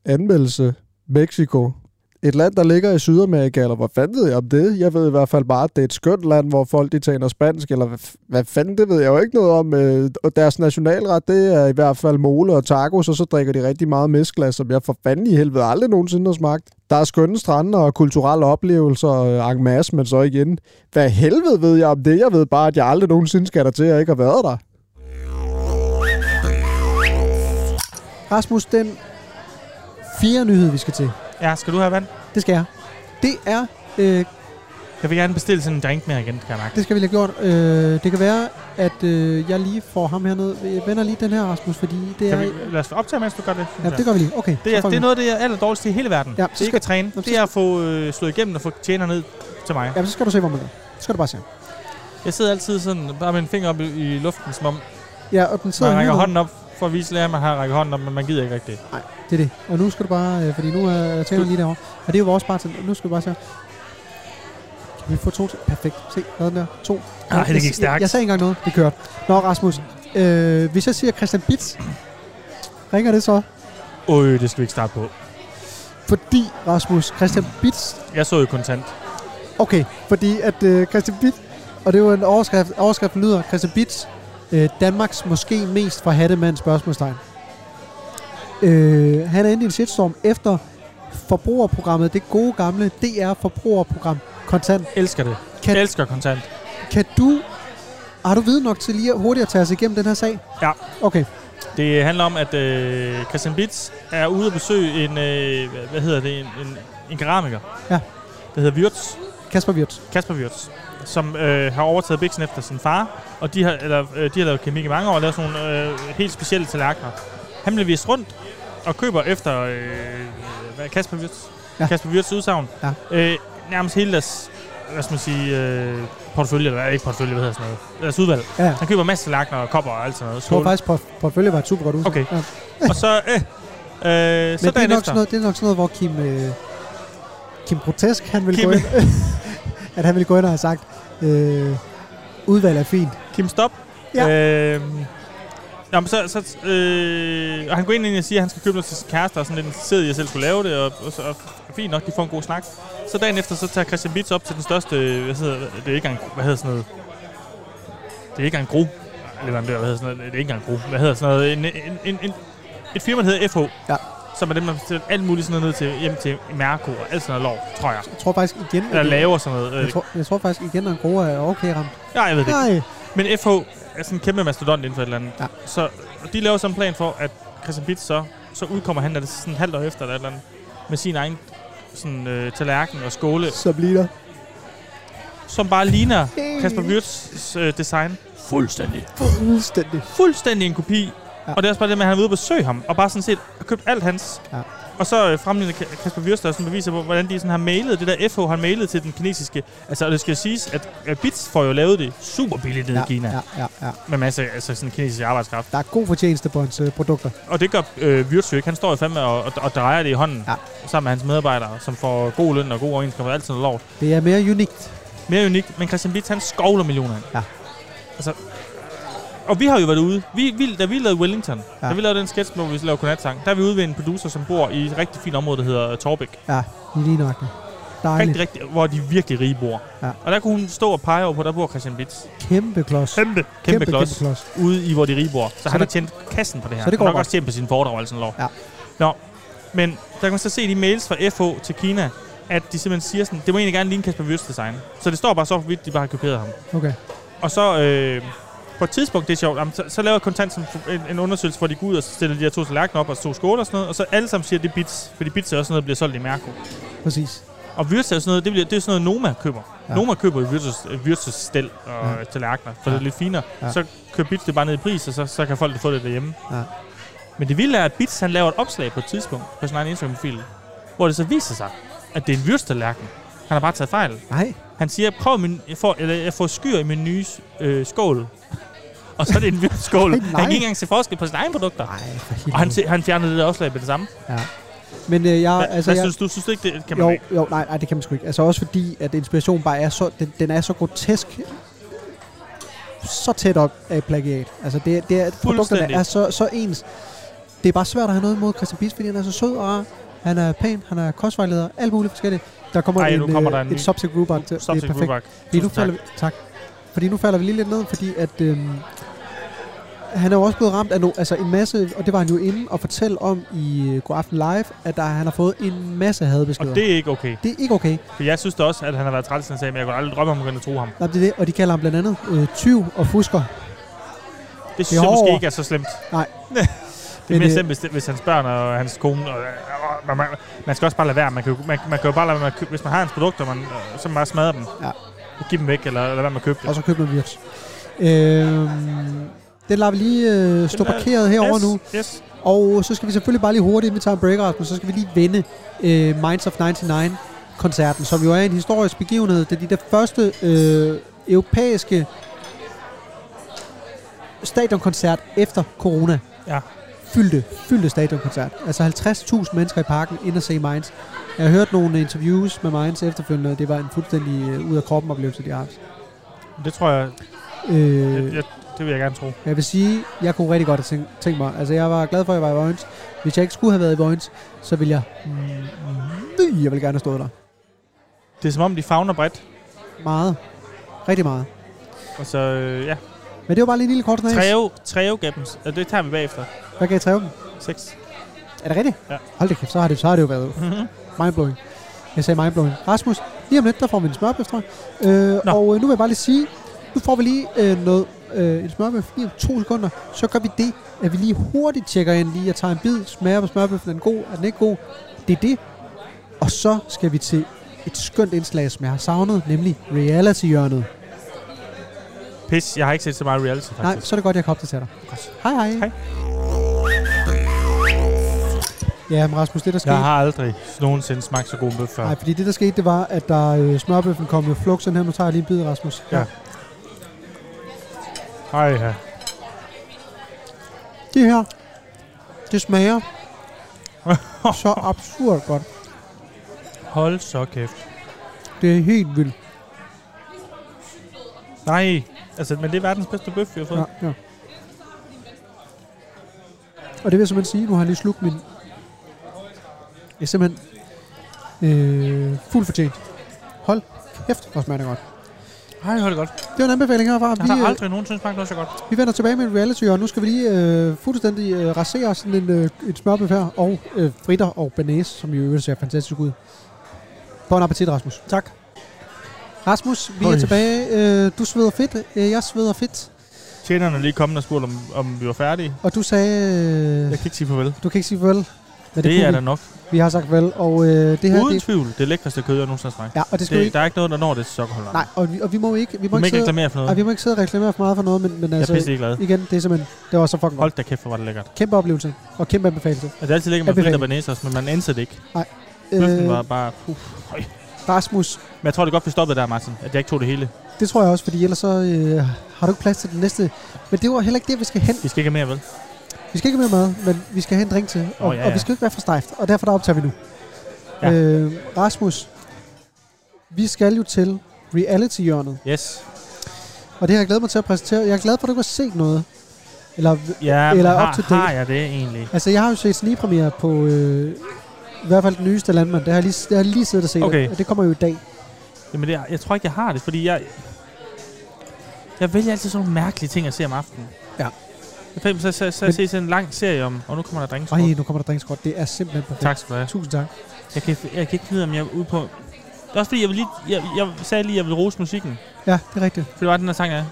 Anmeldelse. Mexico. Et land, der ligger i Sydamerika, eller hvad fanden ved jeg om det? Jeg ved i hvert fald bare, at det er et skønt land, hvor folk de taler spansk, eller hvad, hvad fanden, det ved jeg jo ikke noget om. Og deres nationalret, det er i hvert fald mole og tacos, og så drikker de rigtig meget mezcla, som jeg for fanden i helvede aldrig nogensinde har smagt. Der er skønne strande og kulturelle oplevelser en masse, men så igen. Hvad helvede ved jeg om det? Jeg ved bare, at jeg aldrig nogensinde skal der til, at jeg ikke har været der. Rasmus, den fire nyhed, vi skal til. Ja, skal du have vand? Det skal jeg. Det er... Øh, Jeg vil gerne bestille sådan en drink mere igen, kan jeg mærke. det skal vi have gjort. Øh, det kan være, at øh, jeg lige får ham hernede. Jeg vender lige den her, Rasmus, fordi det Kan er... vi, lad os optage, mens du gør det. Ja, det gør vi lige. Okay. Det er, så får det er vi- noget af det, jeg er allerdårligst i hele verden. Ja, Ja, så det er ikke skal- at træne. så Det er at få øh, slået igennem og få tjener ned til mig. Ja, så skal du se, hvor man gør. Så skal du bare se. Jeg sidder altid sådan, bare med en finger op i, i luften, som om Ja, og den sidder man rækker hernede. hånden op for at vise lærer, at man har rækket hånden op, men man gider ikke rigtigt. Nej, det er det. Og nu skal du bare... Øh, fordi nu er tjeneren lige derovre. Og det er jo vores bartender. Nu skal du bare se. Kan vi få to til? Perfekt. Se, hvad den der? To. Ah, det gik Jeg- stærkt. Jeg, jeg sagde ikke engang noget. Det kørte. Nå, Rasmus. Øh, hvis jeg siger Christian Bitz, ringer det så? Øj, det skal vi ikke starte på. Fordi, Rasmus, Christian Bitz... Jeg så jo kontant. Okay, fordi at øh, Christian Bitz... Og det er jo en overskrift. Overskriften lyder, Christian Bitz, øh, Danmarks måske mest forhatte mand, spørgsmålstegn. Øh, han er inde i en shitstorm efter forbrugerprogrammet, det gode gamle D R forbrugerprogram, Kontant. Elsker det. Kan- Kan, elsker kontant. Kan du... Har du viden nok til lige at hurtigt at tage os igennem den her sag? Ja. Okay. Det handler om, at øh, Christian Bitz er ude at besøge en, øh, hvad hedder det, en, en, en keramiker. Ja. Der hedder Wirtz. Kasper Wirtz. Kasper Wirtz, som øh, har overtaget biksen efter sin far, og de har, eller, øh, de har lavet keramik i mange år og lavet sådan nogle øh, helt specielle tallerkener. Han bliver vist rundt og køber efter øh, hvad, Kasper Wirtz. Ja. Ja. Kasper Wirtz udsagn. Ja. Øh, nærmest hele deres, hvad skal man sige, øh, portefølje, eller ikke portefølje, hvad hedder sådan noget, deres udvalg. Ja, ja. Han køber masser af tallerkener og kopper og alt sådan noget. Jeg tror faktisk, at portfølje var et super godt ud. Okay. Ja. Og så, øh, øh, så Men det er, dagen nok efter. sådan noget, det er nok sådan noget, hvor Kim, øh, Kim Protesk, han ville Kim- gå ind, at han ville gå ind og have sagt, øh, udvalg er fint. Kim, stop. Ja. Øh, jamen, så, så, øh, og han går ind og siger, at han skal købe noget til sin kæreste, og sådan lidt interesseret i, at jeg selv skulle lave det, og, og, så, og fint nok, de får en god snak. Så dagen efter, så tager Christian Bitz op til den største, hvad hedder det, er ikke engang, hvad hedder sådan noget, det er ikke engang gro, leverandør, hvad hedder sådan noget, det er ikke engang gro, hvad hedder sådan noget, en, en, en, en, et firma, der hedder F H, Ja. som er dem, der bestiller alt muligt sådan noget ned til, hjem til Mærko og alt sådan noget lov, tror jeg. Jeg tror faktisk igen... Eller laver sådan noget. Øh, Jeg tror, jeg tror faktisk igen, at en gro er okay ramt. ja, jeg ved det ikke. Nej. Men F H er sådan en kæmpe mastodont inden for et eller andet. Ja. Så de laver sådan en plan for, at Christian Bitz så, så udkommer han, er det sådan et halvt år efter eller et eller andet, med sin egen sådan, øh, tallerken og skåle, Som ligner. som bare ligner Kasper Wirtz' øh, design. Fuldstændig. Fuldstændig. Fuldstændig en kopi. Ja. Og det er også bare det med, at han er ude og besøge ham, og bare sådan set har købt alt hans. Ja. Og så øh, fremligner Ka- Kasper Wirtz der sådan beviser på, hvordan de sådan har mailet det der F H, han mailede til den kinesiske. Altså, og det skal siges, at, at Bitz får jo lavet det super billigt nede Ja, i Kina. ja, ja, ja. Med masser af altså sådan kinesisk arbejdskraft. Der er god fortjeneste på hans øh, produkter. Og det gør øh, Wirtz jo ikke. Han står jo fandme og, og, og drejer det i hånden. Ja. Sammen med hans medarbejdere, som får god løn og god overenskomst og alt sådan noget lort. Det er mere unikt. Mere unikt, men Christian Bitz, han skovler millioner ind. Ja. Altså, og vi har jo været ude. Vi, vi, da vi lavede Wellington, Ja. da vi lavede den sketch, hvor vi lavede godnatsang, der er vi ude ved en producer, som bor i et rigtig fint område, der hedder Torbæk. Ja, lige nøjagtigt. Dejligt. Rigtig, rigtig, hvor de virkelig rige bor. Ja. Og der kunne hun stå og pege over på, der bor Christian Bitz. Kæmpe klods. Kæmpe, kæmpe, Kæmpe, klods, kæmpe klods. ude i, hvor de rige bor. Så, Så han det- har tjent kassen på det her. så det han går har nok godt. også tjent på sine foredrag og alt sådan noget. Ja. Nå, men der kan man så se de mails fra F H til Kina, at de simpelthen siger sådan, det må egentlig gerne ligne Kasper Wirtz design. Så det står bare så, hvorvidt de bare har kopieret ham. Okay. Og så øh, på et tidspunkt, det er sjovt, jamen, så, så laver Kontant sådan en, en undersøgelse, hvor de går ud og stiller de her to tallerkener op og to skåler og sådan noget, og så alle sammen siger, at det er Bitz, fordi Bitz er også sådan noget, der bliver solgt i Mærko. Præcis. Og Wirtz er sådan noget, det, bliver, det er sådan noget, Noma køber. Ja. Ja. Noma køber Wirtz' Wirtz' stel og Ja. ja. tallerkener, for Ja. det er lidt finere. Ja. Ja. Så køber Bitz det bare ned i pris, og så, så kan folk få det derhjemme. Ja. Men det vilde er, at Bitz han laver et opslag på et tidspunkt på sin egen Instagram-profil, hvor det så viser sig, at det er en Wirtz-tallerken. Han har bare taget fejl. Nej. Han siger, prøv min, jeg, får, eller, jeg får skyr i min nye øh, skål. Og så er det en Wirtz-skål. Nej, Han nej. kan ikke engang se forskel på sine egne produkter. Nej, for helvede. Og han, se- han fjernede det der opslag med det samme. Ja. Men øh, jeg... Hva, altså, hvad jeg synes du? Synes du ikke, det kan man jo, ikke? jo, nej, nej, det kan man sgu ikke. Altså også fordi, at inspiration bare er så... Den, den er så grotesk... Så tæt op af plagiat. Altså, det, det er, produkterne Fuldstændig. er så, så ens. det er bare svært at have noget imod Christian Bisp, fordi han er så sød og rar. Han er pæn, han er kostvejleder, alt muligt forskelligt. Der kommer Ej, en, nu kommer øh, der en et ny- Subsec Rubak til. Subsec det er perfekt. Rubak. Fordi nu Tusind falder vi, tak. Fordi nu falder vi lige lidt ned, fordi at øhm, han er jo også blevet ramt af no, altså en masse, og det var han jo inde og fortælle om i uh, God Aften Live, at der, han har fået en masse hadbeskeder. Og det er ikke okay. det er ikke okay. For jeg synes da også, at han har været træls, han sagde, men jeg kunne aldrig drømme om at begynde at tro ham. Nej, det er det, og de kalder ham blandt andet øh, tyv og fusker. Det synes Det er jeg måske hårdere. ikke er så slemt. Nej. Det er Men, mere øh, slemt, hvis, det- hvis hans børn og hans kone... Og, og, og, man, man skal også bare lade være. Man kan, jo- man, man kan jo bare lade være med at købe... Hvis man har hans produkter, man, øh, så man bare smadre dem. Ja. Giv dem væk, eller lade være med at købe det. Og så købe noget virks. Øhm, den lader vi lige øh, stå Den lader- parkeret herover yes, nu. Yes. Og så skal vi selvfølgelig bare lige hurtigt, inden vi tager en break, Rasmus, så skal vi lige vende øh, Minds of nioghalvfems-koncerten, som jo er en historisk begivenhed. Det er de der første øh, europæiske stadionkoncert efter corona. Ja. Fyldte, fyldte stadionkoncert. Altså halvtreds tusind mennesker i parken ind at se Minds. Jeg har hørt nogle interviews med Minds efterfølgende, og det var en fuldstændig øh, ud af kroppen oplevelse, de har haft. Det tror jeg... Øh, jeg, jeg det vil jeg gerne tro. Jeg vil sige, jeg kunne rigtig godt have tænkt, tænkt mig. Altså, jeg var glad for, at jeg var i Vojens. Hvis jeg ikke skulle have været i Vojens, så ville jeg... Mm, jeg ville gerne have stået der. Det er som om, de favner bredt. Meget. Rigtig meget. Og så, øh, ja. Men det var bare lige en lille kort snas. Treo, Treo Gabbens. Ja, det tager vi bagefter. Hvad gav Treo dem? seks. Er det rigtigt? Ja. Hold da kæft, så har det, så har det jo været Mm-hmm. mindblowing. Jeg sagde mindblowing. Rasmus, lige om lidt, der får vi en smørbøf, tror jeg. Øh, og øh, nu vil jeg bare lige sige, nu får vi lige øh, noget, øh, en smørbøf lige om to sekunder. Så gør vi det, at vi lige hurtigt tjekker ind lige og tager en bid, smager på smørbøffen. Er den god? Er den ikke god? Det er det. Og så skal vi til et skønt indslag, som jeg har savnet, nemlig reality-hjørnet. Pis, jeg har ikke set så meget reality, faktisk. Nej, så er det godt, jeg kan opdatere dig. Hej, hej. Hej. Ja, men Rasmus, det der skete... Jeg har aldrig nogensinde smagt så god en bøf før. Nej, fordi det der skete, det var, at der øh, smørbøffen kom jo flux sådan her. Nu tager jeg lige en bid, Rasmus. Ja. Hej, ja. Det her, det smager så absurd godt. Hold så kæft. Det er helt vildt. Nej, altså, men det er verdens bedste bøf, vi har fået. Ja, ja. Og det vil jeg simpelthen sige, nu har jeg lige slugt min... Det er simpelthen øh, fuldt fortjent. Hold kæft, hvor smager det godt. Hej, hold det godt. Det var en anbefaling herfra. Jeg Vi, har øh, aldrig nogensinde smagt noget så godt. vi vender tilbage med en reality, og nu skal vi lige øh, fuldstændig øh, rasere sådan en, øh, et smørbøf her, og øh, fritter og banæs, som jo øvrigt ser fantastisk ud. Bon appetit, Rasmus. Tak. Rasmus, vi Øj. er tilbage. Øh, du sveder fedt, øh, jeg sveder fedt. Tjenerne er lige kommet og spurgt, om, om vi var færdige. Og du sagde... Øh, Jeg kan ikke sige farvel. du kan ikke sige farvel. Men Det, det, det kunne er vi. der nok. Vi har sagt farvel, og øh, det her... Uden det, tvivl, det lækreste kød, jeg nogensinde har smagt. ja, og det skal vi Det, ikke... der er ikke noget, der når det sukkerholder. Nej, og vi, og vi må ikke... Vi Du må må ikke sidde, reklamere for nej, noget. vi må ikke sidde og reklamere for meget for noget, men, men Jeg er altså... pisse glad. Igen, det er simpelthen... Det var så fucking Hold godt. da kæft, hvor var det lækkert. Kæmpe oplevelse. Og kæmpe anbefaling. Og det er altid lækkert med Anbefaling. fritter banæs også, men man ændrer det ikke. Bøffen Øh, var bare... Uh, høj. Rasmus, Men jeg tror, det er godt, vi stoppede der, Martin. At jeg ikke tog det hele. det tror jeg også, fordi ellers så øh, har du ikke plads til den næste... Men det var heller ikke det, vi skal hen. Vi skal ikke have mere, vel? Vi skal ikke have mere mad, men vi skal have en drink til. Og, Åh, ja, og ja. vi skal ikke være for stejft, og derfor der optager vi nu. Ja. Øh, Rasmus, vi skal jo til reality-hjørnet. Yes. Og det har jeg glædet mig til at præsentere. Jeg er glad for, at du ikke har set noget. Eller, Ja, eller har, up to date. har jeg det egentlig? Altså, jeg har jo set snigpremiere på øh, i hvert fald den nyeste Landmand. Det har jeg lige, det har jeg lige siddet og set. Okay. Og det kommer jo i dag. Jamen, det er, jeg tror ikke, jeg har det, fordi jeg... Jeg vælger altid sådan nogle mærkelige ting at se om aftenen. Ja. Jeg så, så, så, Men- se sådan en lang serie om... Og nu kommer der drinkskort. Ej, nu kommer der drinkskort. Det er simpelthen perfekt. Tak skal du have. Tusind tak. Jeg kan, jeg kan ikke finde ud af, om jeg er ude på... Det er også fordi, jeg, vil lige, jeg, jeg sagde lige, at jeg vil rose musikken. Ja, det er rigtigt. For det var den der sang, der...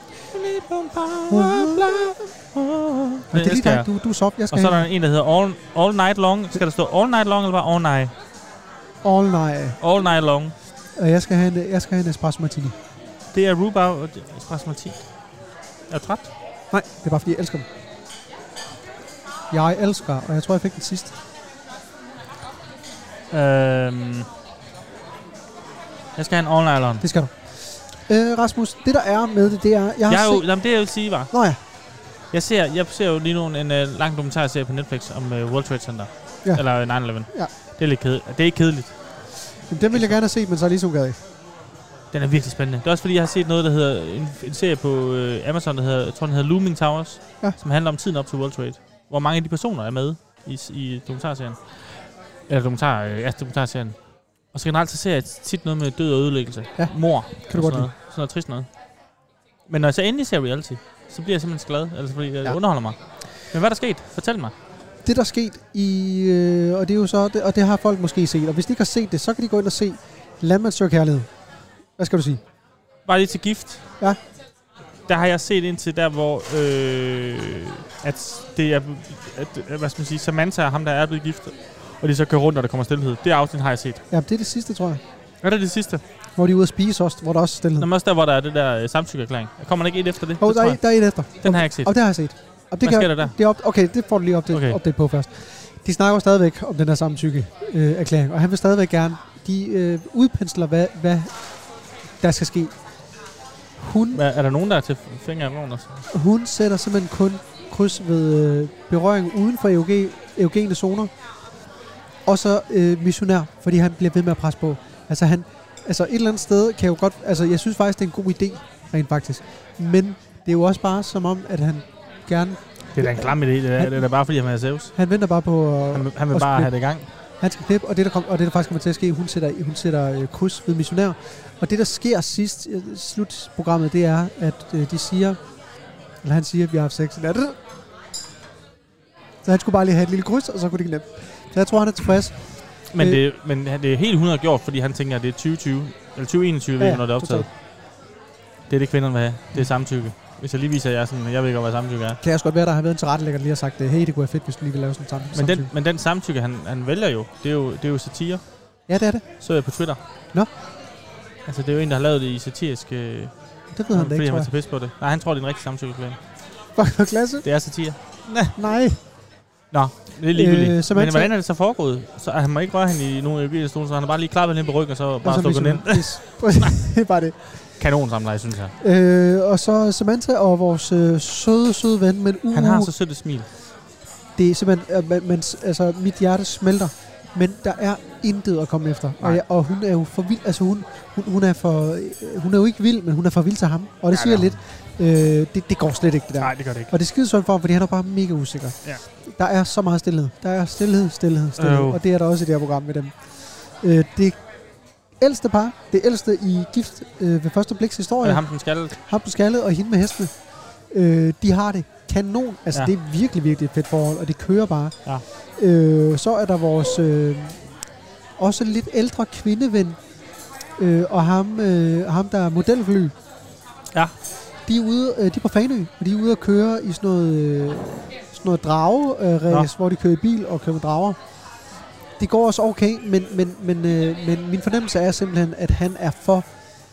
Men det er lige elsker dig. jeg. Du, du er soft. Jeg skal Og så er have der en, der hedder All, All Night Long. Skal der stå All Night Long, eller bare All Night? all night. All Night Long. Og jeg skal have en, jeg skal have en espresso martini. Det er Rhubarb og Espresso Martini. Er du træt? Nej, det er bare fordi, jeg elsker dem. Jeg elsker, og jeg tror, jeg fik den sidst. Øhm, jeg skal have en All Night Long. Det skal du. Øh, Rasmus, det der er med det, det er... Jeg har Jeg er jo, set... jamen, det jeg vil sige var... Nå ja. Jeg ser, jeg ser jo lige nu en uh, lang dokumentarserie på Netflix om uh, World Trade Center. Ja. Eller nine eleven. Ja. Det er lidt kedeligt. Det er ikke kedeligt. Jamen, den vil jeg gerne have set, men så er lige så gad. Den er virkelig spændende. Det er også fordi, jeg har set noget, der hedder... En, en serie på uh, Amazon, der hedder... Jeg tror, den hedder Looming Towers. Ja. Som handler om tiden op til World Trade. Hvor mange af de personer er med i, i dokumentarserien. Eller dokumentar, øh, ja, dokumentarserien. Og så generelt så ser jeg tit noget med død og ødelæggelse. Ja. Mor. Kan du godt sådan noget, sådan noget trist noget. Men når jeg så endelig ser reality, så bliver jeg simpelthen så glad. Altså fordi det Ja. underholder mig. Men hvad er der sket? Fortæl mig. Det, der er sket i... Øh, og det er jo så... Det, og det har folk måske set. Og hvis de ikke har set det, så kan de gå ind og se Landmand søger kærlighed. Hvad skal du sige? Bare lige til gift. Ja. Der har jeg set indtil der, hvor øh, at det er, at, hvad skal man sige, Samantha og ham, der er blevet gift, og de så kører rundt, når der kommer stillhed. Det afsnit har jeg set. Ja, det er det sidste, tror jeg. Er det det sidste? Hvor de er ude at spise også, hvor der også er stillhed. Nå, men også der, hvor der er det der øh, samtykkeerklæring. Kommer der ikke et efter det? Åh, det der, tror er, jeg. der er et efter. Den har jeg ikke set. Og det har jeg set. Og det Hvad kan, sker der der? Det er op, okay, det får du lige op det, Okay. update på først. De snakker jo stadigvæk om den her samtykke øh, erklæring, og han vil stadigvæk gerne, de øh, udpensler, hvad, hvad der skal ske. Hun, Hvad, er der nogen, der er til fingre i røven også? hun sætter simpelthen kun kryds ved øh, berøring uden for eugene, eugene zoner, og så øh, missionær, fordi han bliver ved med at presse på. Altså han, altså et eller andet sted kan jo godt, altså jeg synes faktisk, det er en god idé, rent faktisk. Men det er jo også bare som om, at han gerne, Det er da en klam idé. Det er, det er da bare, fordi han er Zeus. han venter bare på at, Han, vil- han vil og bare split. have det i gang. Han skal klippe, og det der, kom, og det der faktisk kommer til at ske, hun sætter, hun sætter øh, kryds ved missionær. Og det der sker sidst, øh, slutprogrammet, det er, at øh, de siger, eller han siger, at vi har haft sex i nat. Så han skulle bare lige have et lille kryds, og så kunne det knæppe. Så jeg tror, han er tilfreds. Men, Øh. det, men det er helt hundrede gjort, fordi han tænker, at det er tyve tyve. Eller tyve enogtyve, Ja, ja, når det er optaget. totalt. Det er det, kvinderne vil have. Det er samtykke. Hvis jeg lige viser jer sådan, jeg ved ikke, hvad samtykke er. Kan jeg også godt være, der har været en tilrettelægger, der lige har sagt, hey, det kunne være fedt, hvis du lige vil lave sådan en sam- Men den, samtykke. men den samtykke, han, han vælger jo, det er jo, det er jo satire. Ja, det er det. Så jeg på Twitter. Nå. Altså, det er jo en, der har lavet det i satirisk... Øh, Det ved han da fordi ikke, han tror var jeg. til pis på det. Nej, han tror, det er en rigtig samtykke. Fuck, hvor klasse. Det er satire. Nej. Nå, det er ligegyldigt. Øh, Øh, Samantha- men hvordan er det så foregået? Så han må ikke røre hende i nogen europæiske stole, så han har bare lige klappet hende på ryggen, og så bare Altså, stukket den ind. missionær. Yes. Det er bare det. Kanon samleje, synes jeg. Øh, og så Samantha og vores øh, søde, søde ven, men uh, Han har så sødt et smil. det er simpelthen, øh, man, man, altså mit hjerte smelter, men der er intet at komme efter. Og, Nej. jeg, og hun er jo for vild, altså hun, hun, hun er for, øh, hun er jo ikke vild, men hun er for vild til ham. Og det Ja, siger det lidt, øh, det, det går slet ikke det der. Nej, det gør det ikke. Og det er skide sådan for ham, fordi han er bare mega usikker. Ja. Der er så meget stillhed. Der er stillhed, stillhed, stillhed. Øh. Og det er der også i det her program med dem. Øh, det ældste par, det ældste i Gift øh, ved første bliks Er historie, det ham, den skal? ham på skaldet og hende med hestene, øh, de har det kanon. Altså, Ja. ja. det er virkelig, virkelig et fedt forhold, og det kører bare. Ja. Øh, så er der vores øh, også lidt ældre kvindeven, øh, og ham, øh, ham, der er modelfly. Ja. De er ude, øh, de er på Fanø, og de er ude at køre i sådan noget, øh, sådan noget drage-race, hvor de kører i bil og kører med drager. Det går også okay, men, men, men, øh, men min fornemmelse er simpelthen, at han er for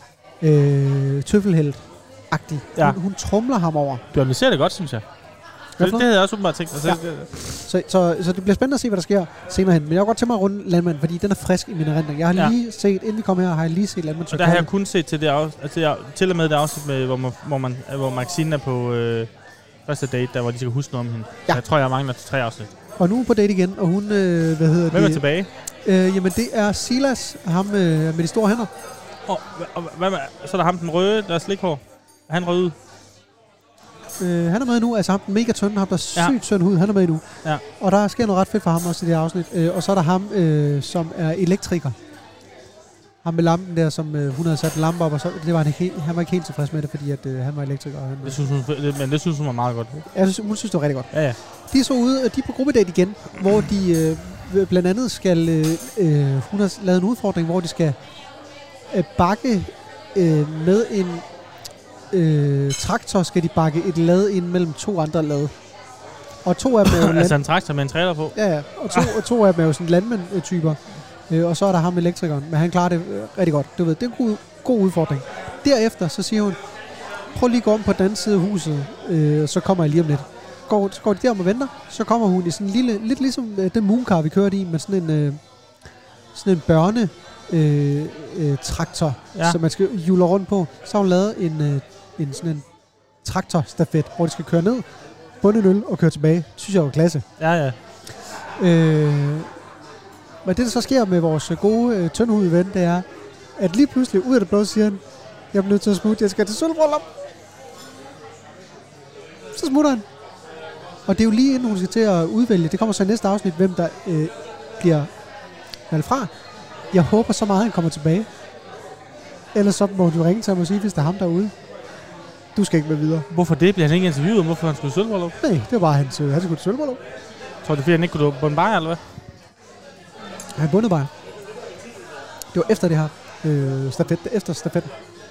øh, tøffelhelt-agtig. Ja. Hun, hun tromler ham over. Du analyserer det godt, synes jeg. Hvad Det, for det havde jeg også åbenbart tænkt. Altså, Ja. det- Så, så, så det bliver spændende at se, hvad der sker senere hen. Men jeg har godt tænkt mig at runde Landmand, fordi den er frisk i min erindring. Jeg har Ja. lige set, inden vi kom her, har jeg lige set Landmand. Og der har jeg kun set til det afsnit, altså jeg, til og med det afsnit, med, hvor, man, hvor, man, hvor Maxine er på øh, første date, der hvor de skal huske noget om hende. Ja. Så jeg tror, jeg mangler tre afsnit. Og nu er hun på date igen, og hun, øh, hvad hedder Hvem er det? tilbage? Øh, jamen det er Silas, ham øh, med de store hænder. Og, og, hvad med, så er der ham den røde, der er slikhår. Er han rød? Øh, han er med nu, altså ham den mega tynde, ham der er Ja. sygt tynd hud, han er med nu. Ja. Og der sker noget ret fedt for ham også i det her afsnit. Øh, og så er der ham, øh, som er elektriker. Ham med lampen der, som øh, hun havde sat en lampe op, og så, det var han, ikke helt, han var ikke helt tilfreds med det, fordi at, øh, han var elektriker. Og han, Det synes hun, det, men det synes hun var meget godt. jeg synes, hun synes, det var rigtig godt. Ja, ja. De er så ude, og de er på gruppedate igen, hvor de øh, blandt andet skal, øh, øh, hun har lavet en udfordring, hvor de skal øh, bakke øh, med en øh, traktor, skal de bakke et lad ind mellem to andre lad. Og to af dem er jo, Altså land- en traktor med en trailer på. ja, ja, og to, og to af dem er jo sådan landmand-typer. Øh, og så er der ham elektrikeren, men han klarer det øh, rigtig godt. Du ved, det er en god, god udfordring. Derefter så siger hun, prøv lige at gå om på den anden side af huset, øh, så kommer jeg lige om lidt. Går, så går de derom og venter, så kommer hun i sådan en lille, lidt ligesom øh, den mooncar, vi kørte i, med sådan en, øh, sådan en børne øh, øh, traktor, Ja. ja. som man skal hjule rundt på. Så har hun lavet en, øh, en sådan en traktorstafet, hvor de skal køre ned, bunde en øl og køre tilbage. Det synes jeg var klasse. Ja, ja. Øh, men det, der så sker med vores gode øh, tyndhudede ven, det er, at lige pludselig, ud af det blå, siger han, jeg bliver nødt til at smutte, jeg skal til sølvbryllup. Så smutter han. Og det er jo lige inden hun skal til at udvælge, det kommer så i næste afsnit, hvem der øh, bliver valgt fra. Jeg håber så meget, han kommer tilbage. Ellers så må du ringe til ham og sige, hvis det er ham derude. Du skal ikke med videre. Hvorfor det? Bliver han ikke interviewet om, hvorfor han skulle sølvbrøllup? Nej, det var bare hans, øh, han skulle til sølvbrøllup. Tror du, det er fordi, han ikke kunne bunde bajer, eller hvad? Han bundet bare. Det var efter det her. Øh, stafet, efter stafetten.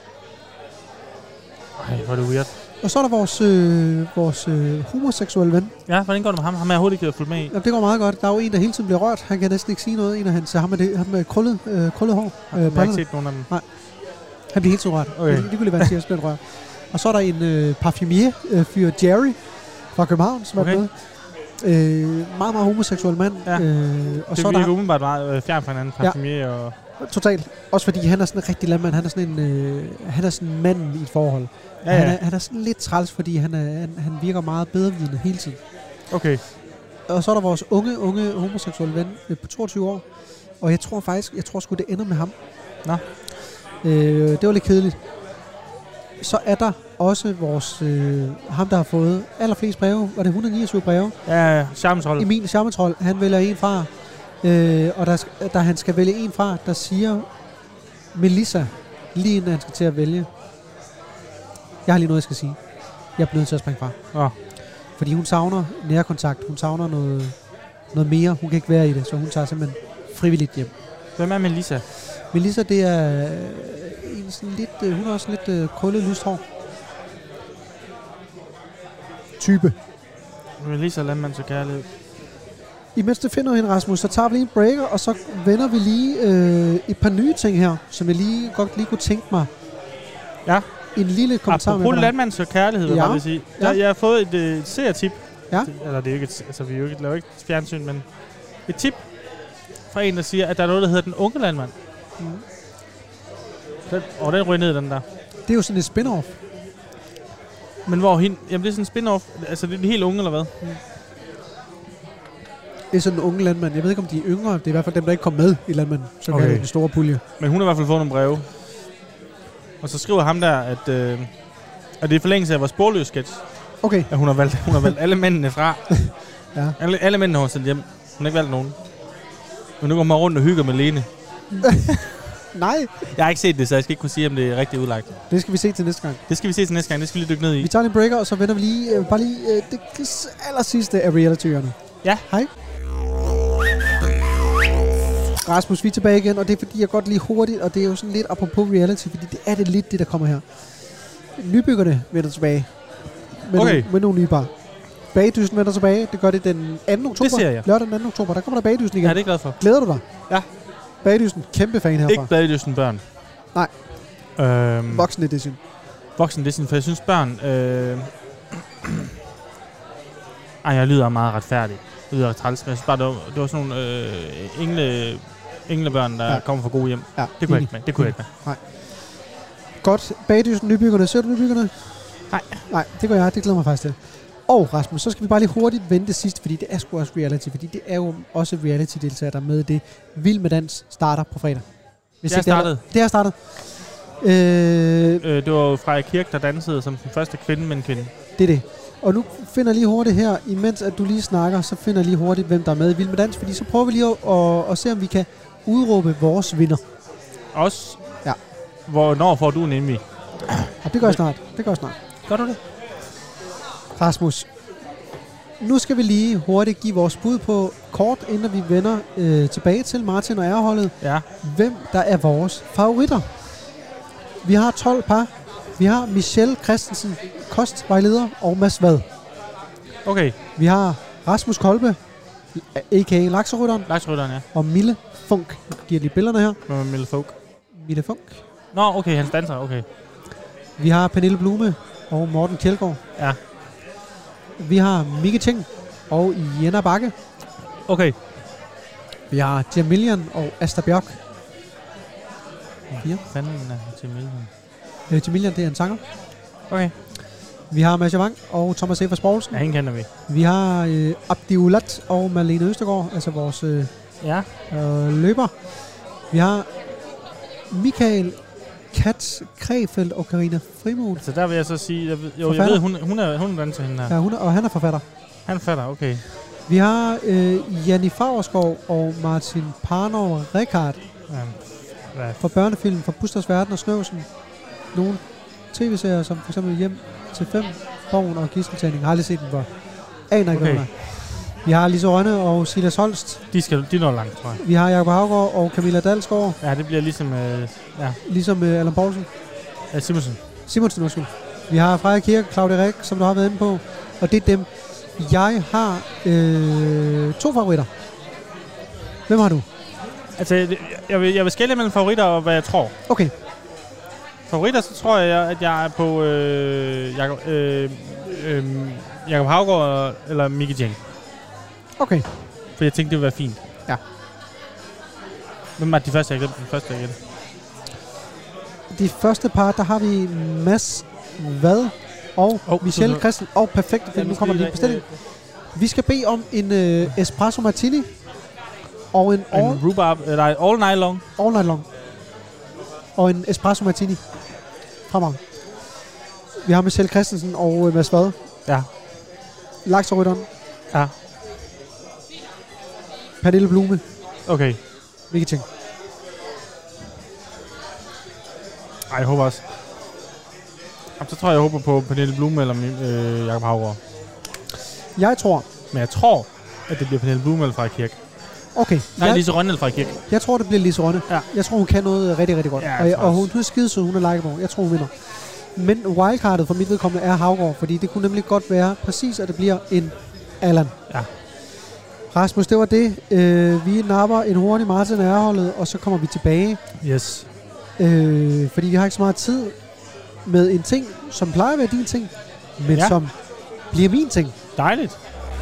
Ej, hvor er det weird. Og så er der vores, øh, vores øh, homoseksuelle ven. Ja, hvordan går det med ham? Ham er jeg overhovedet ikke fulgt med i. Jamen, det går meget godt. Der er jo en, der hele tiden bliver rørt. Han kan næsten ikke sige noget. En af hans, ham med, det, ham med krøllet, øh, krøllet hår. Øh, Jeg har ikke set nogen af dem. Han bliver helt så rørt. Okay. Det, det kunne lige være, at han bliver rørt. Og så er der en øh, parfumier-fyr, øh, Jerry, fra København, som okay. er med. Øh, meget, meget homoseksuel mand. Ja. Øh, og det så er virker der umiddelbart meget øh, fjern fra hinanden. Parfumier ja. og... Totalt. Også fordi han er sådan en rigtig landmand. Han er sådan en, øh, han er sådan en mand i et forhold. Ja, ja. Han, er, han er sådan lidt træls, fordi han, er, han, han virker meget bedrevidende hele tiden. Okay. Og så er der vores unge, unge homoseksuelle ven øh, på toogtyve år. Og jeg tror faktisk, jeg tror sgu det ender med ham. Nå. Øh, det var lidt kedeligt. Så er der også vores, øh, ham der har fået allerflest breve. Var det et hundrede og niogtyve breve? Ja, ja. Charmetrol. Emil Charmetrol. Han vælger en fra. Øh, og der, der han skal vælge en fra, der siger Melissa, lige inden han skal til at vælge. Jeg har lige noget, jeg skal sige. Jeg bliver nødt til at springe fra. Ja. Fordi hun savner nærkontakt. Hun savner noget, noget mere. Hun kan ikke være i det, så hun tager simpelthen frivilligt hjem. Hvem er Melissa? Melissa, det er en sådan lidt, øh, hun har også lidt øh, krøllet lyst hår. Type. Melissa Landmand til kærlighed. Imens du finder hende, Rasmus, så tager vi lige en breaker, og så vender vi lige øh, et par nye ting her, som jeg lige godt lige kunne tænke mig. Ja. En lille kommentar Apropos med. Landmand til kærlighed, vil ja. jeg vil sige. Ja. Jeg, jeg har fået et, et seertip. Ja. Det, eller det er jo ikke et, altså vi er jo ikke, laver ikke fjernsyn, men et tip fra en, der siger, at der er noget, der hedder Den Unge Landmand. Mm. Den, og den ryger ned, den der. Det er jo sådan et spin-off. Men hvor hende, jamen det er sådan en spin-off. Altså det er de helt unge, eller hvad? Mm. Det er sådan en unge landmand. Jeg ved ikke, om de er yngre. Det er i hvert fald dem, der ikke kom med i landmanden. Så okay. Er det den store pulje. Men hun har i hvert fald fået nogle breve. Og så skriver ham der, at, øh, at det er forlængelse af vores sporløs sketch. Okay. At hun har valgt, hun har valgt alle mændene fra. Ja. Alle, alle mændene har hun sendt hjem. Hun har ikke valgt nogen. Men nu går man rundt og hygger med Lene. Nej. Jeg har ikke set det, så jeg skal ikke kunne sige, om det er rigtig udlagt. Det skal vi se til næste gang. Det skal vi se til næste gang. Det skal vi lige dykke ned i. Vi tager en breaker, og så vender vi lige, øh, bare lige øh, det aller sidste af reality-erne. Ja. Hej. Rasmus, vi er tilbage igen, og det er fordi, jeg godt lige hurtigt, og det er jo sådan lidt apropos reality, fordi det er det lidt det, der kommer her. Nybyggerne vender tilbage. Med, okay. nogle, med nogle nye bar. Bagdysten vender tilbage. Det gør det den anden oktober. Det ser jeg. Lørdag den anden oktober. Der kommer der Bagdysten igen. Ja, det er glad for. Glæder du dig? Ja. Bagdysten, kæmpe fan herfra. Ikke Bagdysten børn. Nej. Øhm, Voksen edition. Voksen edition, for jeg synes børn... Øh... Ej, jeg lyder meget retfærdig. Det lyder træls, men jeg synes bare, det var, det var sådan nogle øh, engle, englebørn, der ja. kommer fra gode hjem. Ja, det kunne jeg ikke med. Det kunne jeg ikke med. Nej. Godt. Bagdysten, Nybyggerne. Ser du Nybyggerne? Nej. Nej, det gør jeg. Det glæder mig faktisk til. Og Rasmus, så skal vi bare lige hurtigt vente det sidste, fordi det er sgu også reality, fordi det er jo også reality-deltager, der med det. Vild med dans starter på fredag. Hvis det er startet. Det er startet. Øh, øh, det var jo Freja Kirk, der dansede som den første kvinde med en kvinde. Det er det. Og nu finder jeg lige hurtigt her, imens at du lige snakker, så finder jeg lige hurtigt, hvem der er med i Vild med Dans, fordi så prøver vi lige at, at, at se, om vi kan udråbe vores vinder. Også? Ja. Hvornår får du en Emmy? Ja, det gør jeg snart. Det gør jeg snart. Gør du det? Rasmus, nu skal vi lige hurtigt give vores bud på kort, inden vi vender øh, tilbage til Martin og Ærholdet. Ja. Hvem der er vores favoritter. Vi har tolv par. Vi har Michelle Christensen, kostvejleder, og Mads Vad. Okay. Vi har Rasmus Kolbe, a k a. Lakserytteren. Lakserytteren, ja. Og Mille Funk. Jeg giver lige billederne her. Hvad med Mille Funk? Mille Funk. Nå, okay, hans danser, okay. Vi har Pernille Blume og Morten Kjeldgaard. Ja. Vi har Mikke Ting og Jenna Bakke. Okay. Vi har Jamilian og Asta Bjørk. Fire. Fanden er Jamilian. Øh, Jamilian, det er en sanger. Okay. Vi har Masha Wang og Thomas Evers Poulsen. Ja, hende kender vi. Vi har øh, Abdiulat og Marlene Østergaard, altså vores øh, ja. øh, løber. Vi har Michael Kat Krefeldt og Karina Frimodt. Så der vil jeg så sige, jeg ved, jo, jeg ved, hun, hun er, hun er danser hende her. Ja, hun er, og han er forfatter. Han fatter, okay. Vi har øh, Janni Favrskov og Martin Parnov Rikard Ja, hvad? fra børnefilm fra Busters Verden og Snøvsen. Nogle tv-serier, som for eksempel Hjem til fem, Borgen og Gisseltagning. Har aldrig set den for. Aner ikke, Okay. hvad Vi har Lise Rønne og Silas Holst. De skal de når langt, tror jeg. Vi har Jakob Havgaard og Camilla Dalsgaard. Ja, det bliver ligesom... Øh, ja, Ligesom øh, Allan Poulsen. ja, Simonsen. Simonsen, undskyld. Vi har Freja Kirke, Claudia Rik, som du har været inde på. Og det er dem. Jeg har øh, to favoritter. Hvem har du? Altså, det- jeg vil, jeg vil skælde mellem favoritter og hvad jeg tror. Okay. Favoritter, så tror jeg, at jeg er på øh, Jakob, øh, øh, Jakob Havgaard eller Mickey Jeng. Okay. For jeg tænkte, det ville være fint. Ja. Hvem er de første, jeg glemte? Den første, jeg glemte. De første par, der har vi Mads Vad og Oh, Michelle så- Christen og Perfekte Film. Nu kommer lige en bestilling. Vi skal bede om en øh, espresso martini og en all, En rhubarb, eller all night long. all night long. Og en espresso martini. Fremragende. Vi har Michelle Christensen og øh, Mads Vad. Ja. Lakserytteren. Ja. Pernille Blume. Okay. Hvilke ting? Ej, jeg håber også. Jamen, så tror jeg, jeg håber på Pernille Blume eller øh, Jakob Havgaard. Jeg tror... Men jeg tror, at det bliver Pernille Blume eller Freja Kirk. Okay. Nej, jeg, Lise Rønne eller Freja Kirk. jeg tror, det bliver Lise Rønne. Ja. Jeg tror, hun kan noget rigtig, rigtig godt. Ja, og, jeg, jeg tror og hun, også. hun er skidesød, hun er likeable. Jeg tror, hun vinder. Men wildcardet for mit vedkommende er Havgaard, fordi det kunne nemlig godt være præcis, at det bliver en Allan. Ja. Rasmus, det var det. Øh, vi napper en hurtig Martin Erholdet, og så kommer vi tilbage. Yes. Øh, fordi vi har ikke så meget tid med en ting, som plejer at være din ting, men Ja. som bliver min ting. Dejligt.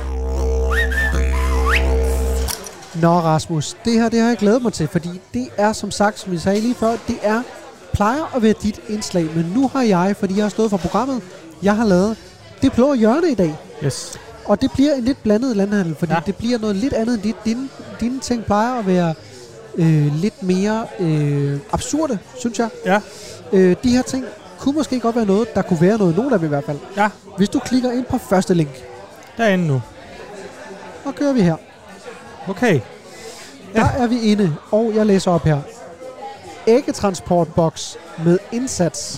Nå, Rasmus, det her det har jeg glædet mig til, fordi det er, som sagt, som vi sagde lige før, det er plejer at være dit indslag, men nu har jeg, fordi jeg har stået for programmet, jeg har lavet Det Blå Hjørne i dag. Yes. Og det bliver en lidt blandet landhandel, fordi ja. Ja. det bliver noget lidt andet end dit. Dine, dine ting plejer at være øh, lidt mere øh, absurde, synes jeg. Ja. Øh, de her ting kunne måske godt være noget, der kunne være noget, nogle af dem i hvert fald. Ja. Hvis du klikker ind på første link, Derinde nu. så kører vi her. Okay. Der er vi inde, og jeg læser op her. Æggetransportboks med indsats.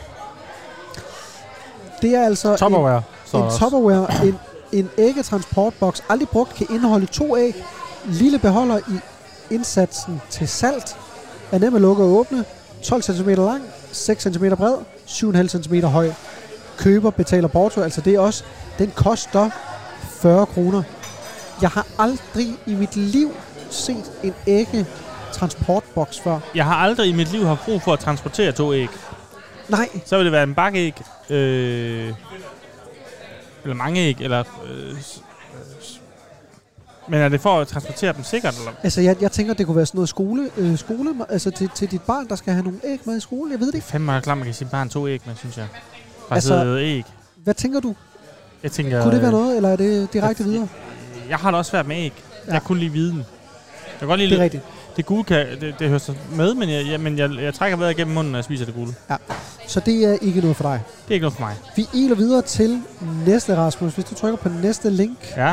Det er altså en, Tupperware. Så en Tupperware, en, en æggetransportboks, aldrig brugt, kan indeholde to æg, lille beholder i indsatsen til salt, er nem at lukke og åbne, tolv centimeter lang, seks centimeter bred, syv komma fem centimeter høj. Køber betaler porto, altså det er også, den koster fyrre kroner. Jeg har aldrig i mit liv set en æggetransportboks før. Jeg har aldrig i mit liv haft brug for at transportere to æg. Nej, Så vil det være en bakæg. Øh, eller mange æg. Eller, øh, s- s- men er det for at transportere dem sikkert? Eller? altså jeg, jeg tænker, det kunne være sådan noget skole, øh, skole altså til, til dit barn, der skal have nogle æg med i skole. Jeg ved det Det er ikke. fandme klart, man kan sige bare to æg med, synes jeg. Bare Altså- altså, æg. Hvad tænker du? Jeg tænker, Kunne det være noget, eller er det direkte jeg- videre? Jeg har det også svært med æg. Ja. Jeg kunne lige viden. Jeg kan godt lide Det er det. rigtigt. Det gule kan, det, det hører sig med, men, jeg, jeg, men jeg, jeg trækker vejret igennem munden, når jeg spiser det gule. Så det er ikke noget for dig. Det er ikke noget for mig. Vi iler videre til næste, Rasmus. Hvis du trykker på næste link, Ja.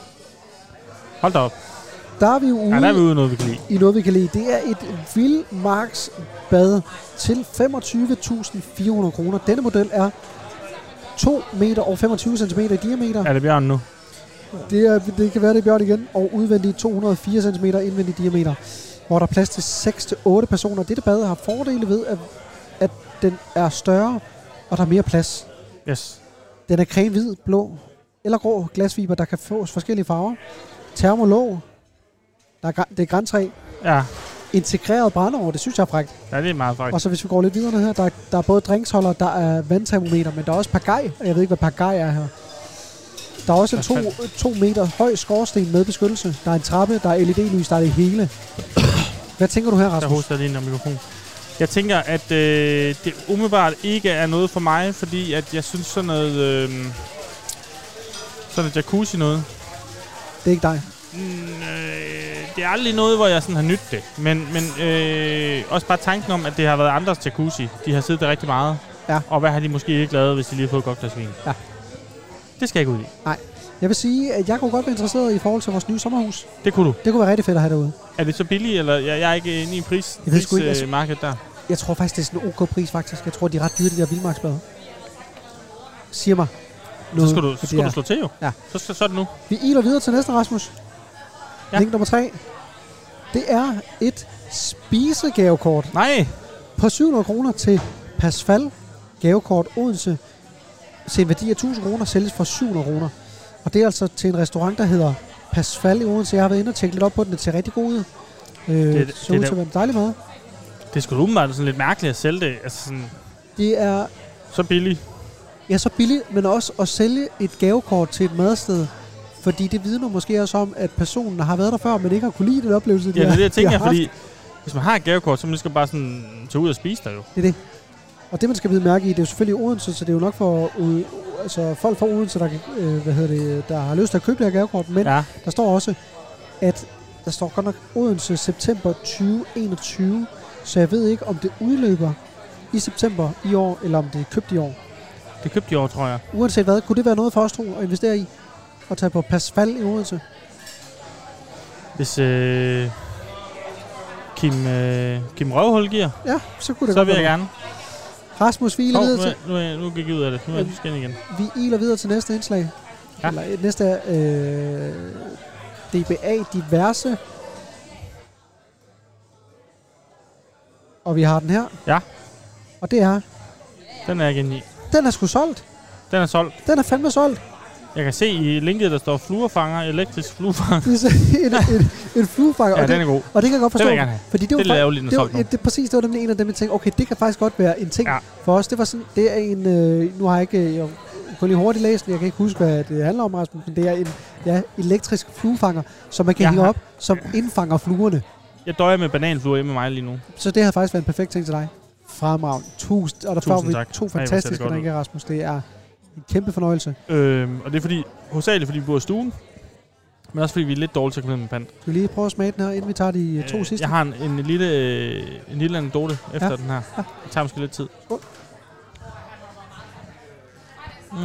Hold da op. der er vi jo ude Ja, der er vi ude i noget, vi kan lide. i noget, vi kan lide. Det er et vildmarksbad til femogtyve tusind fire hundrede kroner. Denne model er to meter og femogtyve centimeter i diameter. Er det Bjørn nu? Det, er, det kan være, det er Bjørn igen. Og udvendigt to hundrede og fire centimeter indvendig diameter, hvor der er plads til seks til otte personer. Dette bad har fordele ved, at, at den er større, og der er mere plads. Yes. Den er creme, hvid, blå eller grå glasfiber, der kan fås forskellige farver. Termolåg. Der er, gra- det er græntræ. Ja. Integreret brændeovn, det synes jeg er frækt. Ja, det er meget faktisk. Og så hvis vi går lidt videre ned her, der, der er både drinksholder, der er vandtermometer, men der er også pagaj, og jeg ved ikke, hvad pagaj er her. Der er også en to, Hvad to meter høj skorsten med beskyttelse. Der er en trappe, der er L E D-lys, der er det hele. Hvad tænker du her, Der Rasmus? hoster jeg lige ind om mikrofonen. Jeg tænker, at øh, det umiddelbart ikke er noget for mig, fordi at jeg synes sådan noget... Øh, sådan et jacuzzi noget. Det er ikke dig. Mm, øh, det er aldrig noget, hvor jeg sådan har nydt det. Men, men øh, også bare tanken om, at det har været andres jacuzzi. De har siddet der rigtig meget. Ja. Og hvad har de måske ikke lavet, hvis de lige har fået et godt glas vin? Ja. Det skal jeg ikke ud i. Jeg vil sige, at jeg kunne godt være interesseret i forhold til vores nye sommerhus. Det kunne du. Det kunne være rigtig fedt at have derude. Er det så billigt, eller jeg, jeg er ikke inde i pris, Jeg ved sgu ikke, pris, altså- øh, markedet der? Jeg tror faktisk, det er sådan en ok pris, faktisk. Jeg tror, de er ret dyre, de der vildmarksblade. Siger mig. Så skal du, så fordi skal du jeg- slå til jo. Ja. Så, så, så er det nu. Vi iler videre til næste, Rasmus. Ja. Link nummer tre. Det er et spisegavekort Nej! på syv hundrede kroner til Pasfal gavekort Odense. Til en værdi af tusind kroner sælges for syv hundrede kroner. Og det er altså til en restaurant, der hedder Pasfal i Odense. Jeg har været inde og tjekke lidt op på den. Det ser rigtig god ud. Øh, det- så det ud er til at være en dejlig mad. Det skulle umiddelbart sådan lidt mærkeligt at sælge det. Altså sådan, Det er så billigt. ja, så billigt, men også at sælge et gavekort til et madsted. Fordi det vidner måske også om, at personen har været der før, men ikke har kunne lide den oplevelse. de Ja, det er har- det, jeg de har tænker, haft. fordi hvis man har et gavekort, så man skal bare sådan tage ud og spise der jo. Det er det. Og det, man skal vide mærke i, det er jo selvfølgelig Odense, så det er jo nok for uh, altså folk fra Odense, der, kan, øh, hvad hedder det, der har lyst til at købe det her gavekort. Men Ja. der står også, at der står godt nok Odense september tyve enogtyve, så jeg ved ikke, om det udløber i september i år, eller om det er købt i år. Det købte de over, tror jeg. Uanset hvad, kunne det være noget for os to at investere i? Og tage på Pasfal i Odense? Hvis øh, Kim, øh, Kim Røvhul giver, Ja, så kunne det så godt vil jeg være gerne. noget. Rasmus, vi iler Hov, videre nu, til, er, nu, er, nu gik jeg ud af det. Nu er jeg skal ind igen. vi iler videre til næste indslag. Ja. Eller øh, næste er øh, D B A diverse. Og vi har den her. Ja. Og det er, Den er jeg igen i. den er sgu solgt. Den er solgt. Den er fandme solgt. Jeg kan se i linket, der står fluerfanger, elektrisk fluerfanger. Det er så en, en, en fluefanger. Ja, og, den det, er god. og det kan jeg godt Den forstå. vil jeg gerne have. Fordi det, Det var er lidt fakt- ærgerligt, den er det, var, solgt nu. det, det, præcis, det var nemlig en af dem, jeg tænkte, okay, det kan faktisk godt være en ting Ja. for os. Det var sådan, det er en, øh, nu har jeg ikke, jeg kunne lige hurtigt læse den, jeg kan ikke huske, hvad det handler om, Rasmus, men det er en ja, elektrisk fluefanger, som man kan Jeg hænge har- op, som indfanger fluerne. Jeg døjer med bananfluer hjemme med mig lige nu. Så det har faktisk været en perfekt ting til dig. Fremragende. Tusind. Og der får Tusind vi tak. to Ej, hvor ser det fantastiske godt ud. drinker, Rasmus. Det er en kæmpe fornøjelse. Øhm, og det er fordi, hovedsageligt fordi vi bor i stuen, men også fordi vi er lidt dårlige til at komme ned med pant. Skal vi lige prøve at smage den her, inden vi tager de øh, to sidste? Jeg har en, en, lille, øh, en lille anekdote efter Ja. den her. Ja. Det tager måske lidt tid. Skål. Mm.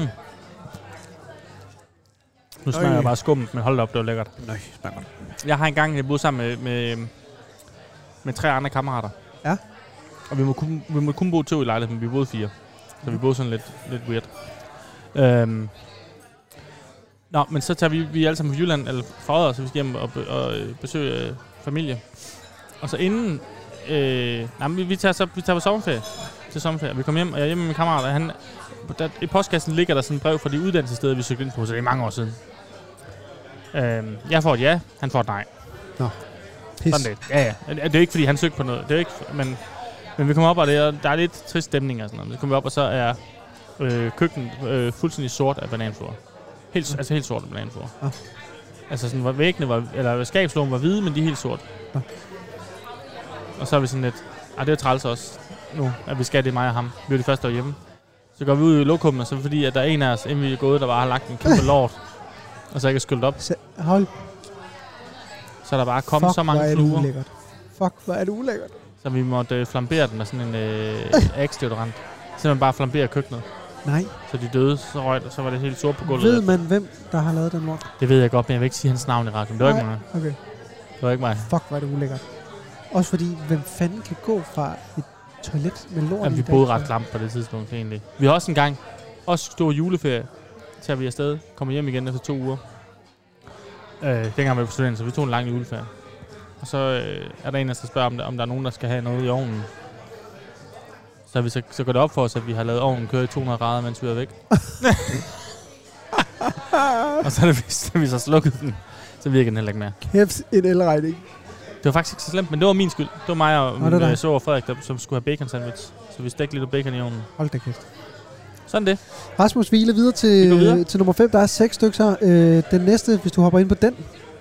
Nu smager Øj. jeg bare skummet, men hold da op, det var lækkert. Nej, smager godt. Jeg har engang jeg boede sammen med, med, med tre andre kammerater. Ja. Og vi må kun, vi må kun bo to i lejligheden, men vi boede fire. Så vi boede sådan lidt, lidt weird. Øhm. Nå, men så tager vi, vi er alle sammen på Jylland, eller fra Odder, så vi skal hjem og, be, og øh, besøge øh, familie. Og så inden, øh, nej, men vi, vi tager så vi tager på sommerferie, til sommerferie. Vi kommer hjem, og jeg er hjemme med min kammerat, og han, der, i postkassen ligger der sådan et brev fra de uddannelsessteder, vi søgte ind på, så det er mange år siden. Øhm, jeg får et ja, han får et nej. Pis. Sådan det. Ja, ja. Det er ikke, fordi han søgte på noget. Det er ikke, men, men vi kommer op, og det er, der er lidt trist stemning og sådan noget. Vi kommer op, og så er øh, køkkenet øh, fuldstændig sort af bananfluer. Helt, Ja. Altså helt sort af bananfluer. Ja. Altså sådan, hvor væggene var, eller skabslågen var hvide, men de er helt sort. Ja. Og så er vi sådan lidt, ah, det er træls også nu, at vi skal det, mig og ham. Vi er de første år hjemme. Så går vi ud i lokummet, og så fordi, at der er en af os, inden vi er gået, der bare har lagt en kæmpe lort, og så ikke er skyllet op, Så, hold. så er der bare kommet Fuck, så hvor er mange det fluer. ulækkert. Fuck, hvor er det ulækkert. Så vi måtte øh, flambere den med sådan en øh, Axe-deodorant. Simpelthen bare flambere køkkenet. Nej. Så de døde, så røg det, så var det helt sort på gulvet. Ved man, hvem der har lavet den lort? Det ved jeg godt, men jeg vil ikke sige hans navn i radioen. Det var ikke Nej. mig. Okay. Det var ikke mig. Fuck, hvor er det ulækkert. Også fordi, hvem fanden kan gå fra et toilet med lort Jamen, i vi dag? boede ret klamt på det tidspunkt, egentlig. Vi har også en gang, også stor juleferie, tager vi afsted, kommer hjem igen efter to uger. Øh, dengang var vi på studenten, så vi tog en lang juleferie. Og så øh, er der en, der skal spørge, om der, om der er nogen, der skal have noget i ovnen. Så, vi, så, så går det op for os, at vi har lavet ovnen køre i to hundrede grader, mens vi er væk. Og så er det vist, at vi så slukkede den. Så virker den heller ikke mere. Kæft, en elregning. Det var faktisk ikke så slemt, men det var min skyld. Det var mig og Nå, min det er dig. øh, svoger Frederik, der, som skulle have bacon sandwich. Så vi stegte lidt af bacon i ovnen. Hold da kæft. Sådan det. Rasmus, vi iler videre Vi går videre. til, til nummer fem. Der er seks stykker her. Øh, den næste, hvis du hopper ind på den.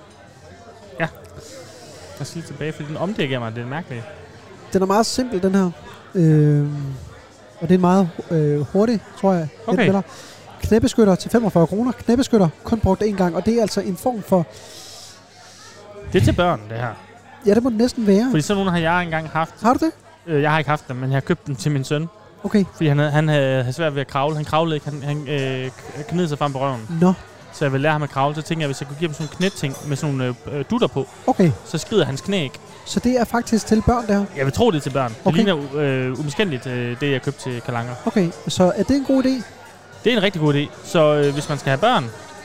Jeg skal lige tilbage, fordi den omdirigerer mig. Det er mærkeligt. Den er meget simpel, den her. Øh, og det er en meget øh, hurtig, tror jeg. Okay. Netmælder. Knæbeskytter til femogfyrre kroner. Knæbeskytter kun brugt én gang. Og det er altså en form for... Det er til børn, det her. Ja, det må det næsten være. Fordi sådan nogle har jeg engang haft. Har du det? Øh, jeg har ikke haft dem, men jeg har købt dem til min søn. Okay. Fordi han havde, han havde svært ved at kravle. Han kravlede ikke. Han, han øh, kned sig frem på røven. Nå. så jeg vil lære ham at kravle. Så tænker jeg, hvis jeg kunne give ham sådan nogle knætting med sådan nogle øh, dutter på, Okay, så skrider hans knæ ikke. så det er faktisk til børn der. Jeg vil tro, det er til børn. Okay. Det ligner øh, umiskendeligt, øh, det jeg købte til Kalanger. Okay, så er det en god idé? Det er en rigtig god idé. Så øh, hvis man skal have børn,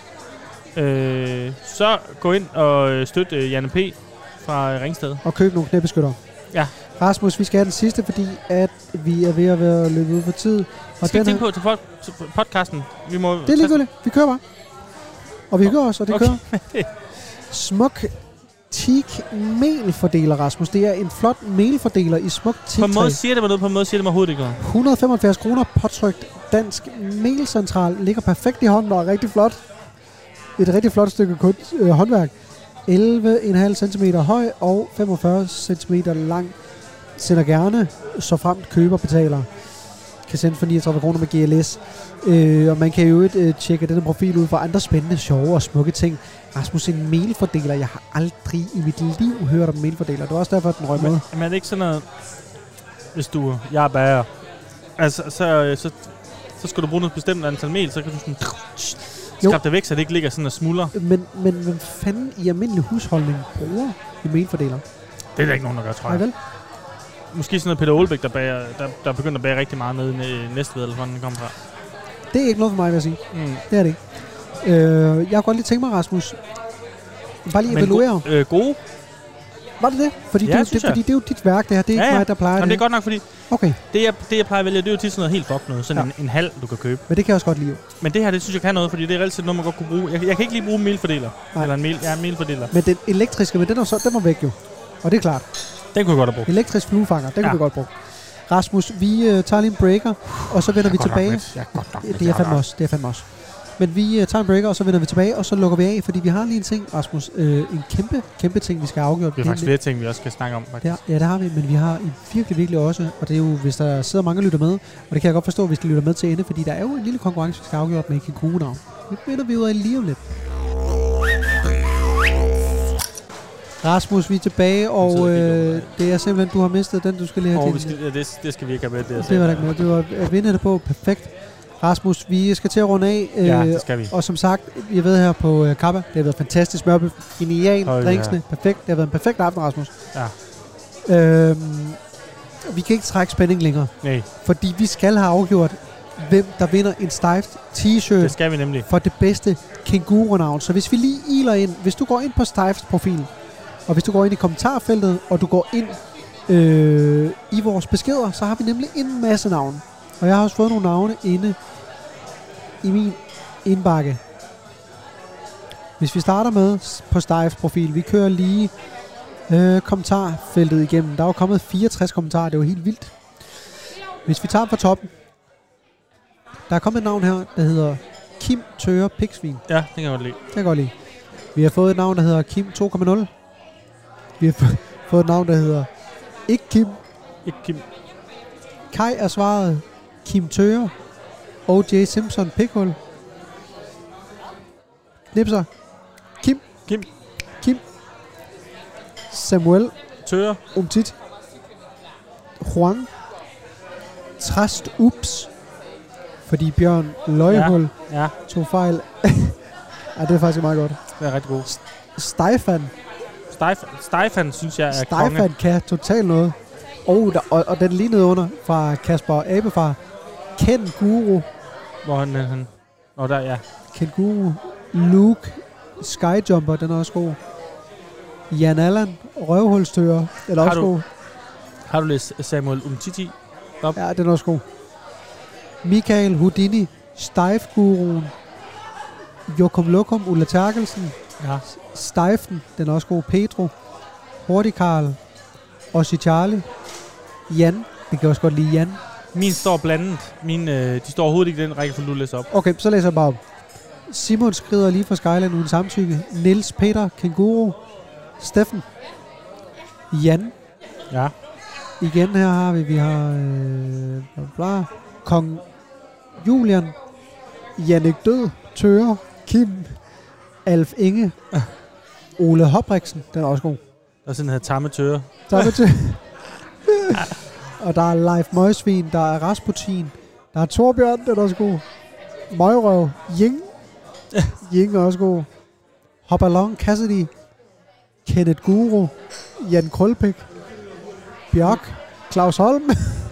øh, så gå ind og øh, støtte øh, Janne P. fra øh, Ringsted. Og købe nogle knæbeskytter. Ja. Rasmus, vi skal have den sidste, fordi at vi er ved at være løbet ud for tid. Og Skal vi den tænke her, på til, pod- til podcasten? Vi må det er ligegyldigt. Vi kører bare. Og vi kører også, og det Okay. kører. Smuk teak melfordeler, Rasmus. Det er en flot melfordeler i smuk På en måde teak-træ. siger det mig noget, på en måde siger det mig overhovedet ikke noget. et hundrede og femoghalvfjerds kroner påtrykt dansk melcentral. Ligger perfekt i hånden og er rigtig flot. Et rigtig flot stykke kunst, øh, håndværk. elleve komma fem centimeter høj og femogfyrre centimeter lang. Sender gerne, så fremt køber betaler. Kan sende for niogtredive kroner med G L S. Øh, og man kan jo øh, tjekke denne profil ud for andre spændende, sjove og smukke ting. Rasmus, en melfordeler. Jeg har aldrig i mit liv hørt om melfordeler. Det var også derfor, at den røg med. Men, men er det ikke sådan noget, hvis du, jeg er bager, altså, så, så, så skal du bruge noget bestemt antal mel, så kan du sådan skrabe det væk, så det ikke ligger sådan og smuldrer. Men, men hvem fanden i almindelig husholdning bruger en melfordeler? Det er der ikke nogen, der gør, tror Nej jeg. vel? Måske sådan noget Peter Olbæk, der, bager, der, der er begyndt at bage rigtig meget nede i Næstved, eller hvor den kommer fra. Det er ikke noget for mig, vil jeg sige. Mm. Det er det ikke. Øh, jeg har godt lige tænkt mig, Rasmus. Bare lige Men evaluere. go- øh, gode? Var det det? Fordi, Ja, det, det, synes jeg. fordi det er jo dit værk, det her. Det er Ja, ikke ja. mig, der plejer Jamen, det er det. godt nok, fordi Okay, det jeg, det, jeg plejer at vælge, det er jo tit sådan noget helt fuck noget. Sådan Ja. en, en halv, du kan købe. men det kan jeg også godt lide. jo. Men det her, det synes jeg kan noget, fordi det er relativt noget, man godt kunne bruge. Jeg, jeg kan ikke lige bruge en melfordeler. Nej. Eller en mel, ja, en melfordeler. Men den elektriske, men den, er så, den var væk jo. Og det er klart. Den kunne jeg godt have brugt. Elektrisk fluefanger, den Ja. kan vi godt bruge. Rasmus, vi øh, tager lige en breaker, og så vender vi tilbage. Ja, godt nok. Det, det er fandme også. Det er fandme også. Men vi uh, tager en breaker, og så vender vi tilbage, og så lukker vi af, fordi vi har lige en ting, Rasmus. Øh, en kæmpe, kæmpe ting, vi skal have afgjort. Vi har Det er faktisk flere ting, vi også skal snakke om. Faktisk. Ja, ja, det har vi, men vi har en virkelig, virkelig også, og det er jo, hvis der sidder mange og lytter med, og det kan jeg godt forstå, hvis de lytter med til ende, fordi der er jo en lille konkurrence, vi skal have afgjort med Kikuno-navn. Det finder vi ud af lige om lidt. Rasmus, vi er tilbage, og øh, det er simpelthen, du har mistet den, du skal lige have Oh, vi din. skal, ja, det, det skal vi ikke have med. Det, er Det var der ikke med. Det var at vinde det på. Perfekt. Rasmus, vi skal til at runde af. Øh, Ja, det skal vi. Og som sagt, jeg ved her på øh, Kappa, det har været fantastisk smørbøf. Genial, Oh, drinksene, perfekt. Det har været en perfekt aften, Rasmus. Ja. Øhm, vi kan ikke trække spænding længere, Nej, fordi vi skal have afgjort, hvem der vinder en Steift t-shirt det skal vi nemlig. for det bedste kænguru-navn. Så hvis vi lige iler ind, hvis du går ind på Steifts profil, og hvis du går ind i kommentarfeltet, og du går ind øh, i vores beskeder, så har vi nemlig en masse navne. Og jeg har også fået nogle navne inde i min indbakke. Hvis vi starter med s- på Steifts profil, vi kører lige øh, kommentarfeltet igennem. Der er jo kommet fireogtres kommentarer, det er jo helt vildt. Hvis vi tager fra toppen, der er kommet et navn her, der hedder Kim Tøre Piksvin. Ja, det kan jeg godt lide. Det kan jeg godt lide. Vi har fået et navn, der hedder Kim to punkt nul. Vi har f- fået et navn, der hedder ikke Kim. Ikke Kim. Kai er svaret Kim Tøre. O J Simpson Pikhul. Knipser. Kim. Kim. Kim. Samuel Tøre. Umtit. Juan. Trast Ups. Fordi Bjørn Løjehul ja. Ja, tog fejl. Ja, det er faktisk meget godt. det er rigtig god. Stefan. Stefan, Stefan synes jeg er Stefan konge. kan totalt noget. Oh, der, og, og den lige nede under fra Kasper Abefar. Ken Guru. Hvor han, han... Nå, der, ja. Ken Guru. Luke. Skyjumper, den er også god. Jan Allan. Røvhulstører, den er Har også du- god. Har du læst Samuel Umtiti? Ja, den er også god. Michael Houdini. Steif-guruen. Jokum Lokum. Ulla Terkelsen. Ja. Steifen, den er også god. Pedro. Hurtig Karl. Ossi Charlie. Jan. Vi kan også godt lide Jan. Min står blandet. Min, øh, de står overhovedet ikke i den række, for du læser op. Okay, så læser jeg bare op. Simon skrider lige fra Skyland uden samtykke. Niels Peter Kenguru. Steffen. Jan. Ja. Igen her har vi, vi har øh, bla, bla. Kong Julian. Jannik Død. Tøre. Kim. Alf Inge. Ole Hobriksen. Den er også god. Der er sådan her tamme Tøre. Så er vi til. Og der er Leif Møgsvin. Der er Rasputin. Der er Torbjørn. Den er også god. Møgrøv. Ying. Ying er også god. Hop Along Cassidy. Kenneth Guru. Jan Krølpik. Bjørk. Claus Holm.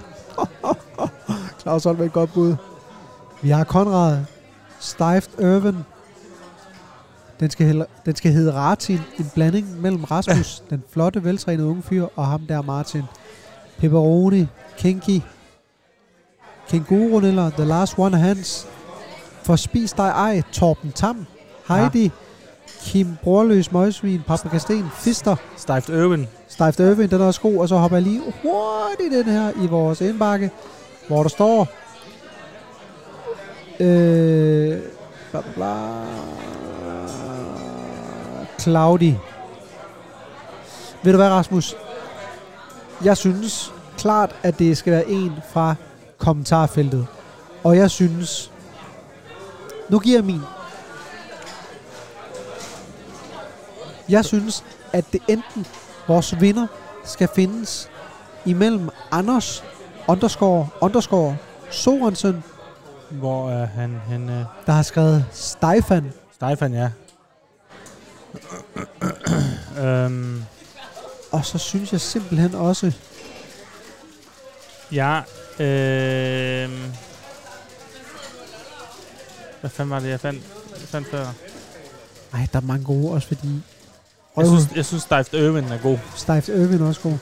Claus Holm er et godt bud. Vi har Konrad. Steift Irvin. Den skal, hedde, den skal hedde Ratin. En blanding mellem Rasmus, den flotte, veltrænede unge fyr, og ham der Martin. Pepperoni. Kinky. Kenguru eller The Last One Hands. For spis dig ej. Torben Tam. Heidi. Ja. Kim Brorløs Møgsvin. Paprika Sten. Fister. Steift Irvin. Steift Irvin, den er også god. Og så hopper jeg lige hurtigt den her i vores indbakke, hvor der står øh, bla bla bla Claudi. Ved du hvad, Rasmus? Jeg synes klart, at det skal være en fra kommentarfeltet. Og jeg synes, nu giver jeg min. Jeg synes, at det enten vores vinder skal findes imellem Anders underscore underscore Sorensen, Hvor er han henne? der har skrevet Stefan. Stefan, ja. øhm, Og så synes jeg simpelthen også, ja. Øh, hvad fanden var det, jeg fandt, jeg fandt før? ej, der er mange gode, også fordi Jeg synes, jeg synes Steift Irvin er god. Steift Irvin er også god.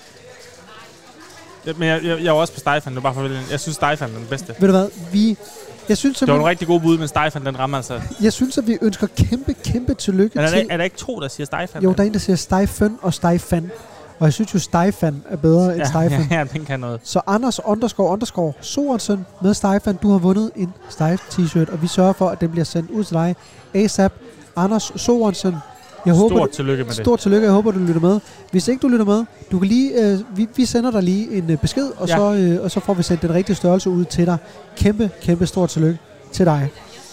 Ja, men jeg, jeg, jeg er også på Stefan, det er bare for vælge. Jeg synes Stefan er den bedste. Ved du hvad, vi... Jeg synes, Det var en simpelthen, rigtig god bud, men Stefan, den rammer altså. jeg synes, at vi ønsker kæmpe, kæmpe tillykke Er der, til... er der ikke to, der siger Stefan? Jo, der er en, der siger Stefan og Stefan. Og jeg synes jo, Stefan er bedre end ja, Stefan. ja, ja, den kan noget. Så Anders underscore underscore Sorensen med Stefan, du har vundet en Steift t-shirt, og vi sørger for, at den bliver sendt ud til dig. ASAP. Anders Sorensen. Jeg håber, Stort tillykke med det. Stort tillykke, jeg håber, du lytter med. Hvis ikke du lytter med, du kan lige, øh, vi, vi sender dig lige en øh, besked, og, Ja. så, øh, og så får vi sendt den rigtige størrelse ud til dig. Kæmpe, kæmpe stort tillykke til dig.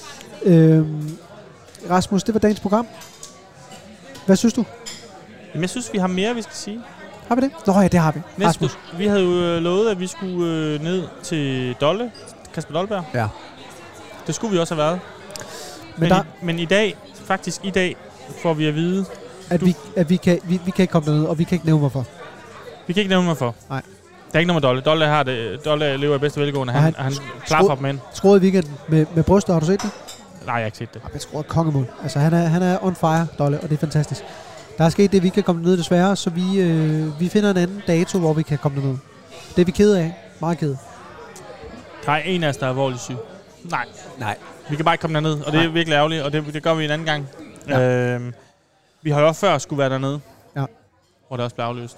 Øhm, Rasmus, det var dagens program. Hvad synes du? Jamen, jeg synes, vi har mere, vi skal sige. Har vi det? Nå ja, det har vi. Næste, Rasmus. vi havde jo øh, lovet, at vi skulle øh, ned til Dolle, Kasper Dolberg. Ja. Det skulle vi også have været. Men, Men, der, i, men i dag, faktisk i dag, får vi at vide, at, du- vi, at vi, kan, vi, vi kan ikke komme derned, og vi kan ikke nævne hvorfor. vi kan ikke nævne mig for. Nej. Der er ikke noget med Dolle. Dolle, har det, Dolle lever i bedste velgående. Og Han, han- han, han klapper dem ind. Skruet i weekenden med, med bryster, har du set det? Nej, jeg har ikke set det. Ja, men skruet kongemål. Altså, han er, han er on fire, Dolle, og det er fantastisk. Der er sket det, vi ikke kan komme ned desværre, så vi, øh, vi finder en anden dato, hvor vi kan komme derned. Det er vi kede af. Meget kede. Der er en af os, der er alvorligt syg. Nej. Nej. Vi kan bare ikke komme derned, og det er Nej. virkelig ærgerligt, og det, det gør vi en anden gang. Ja. Øhm, vi har jo også før skulle være dernede, Ja. hvor det også blev afløst.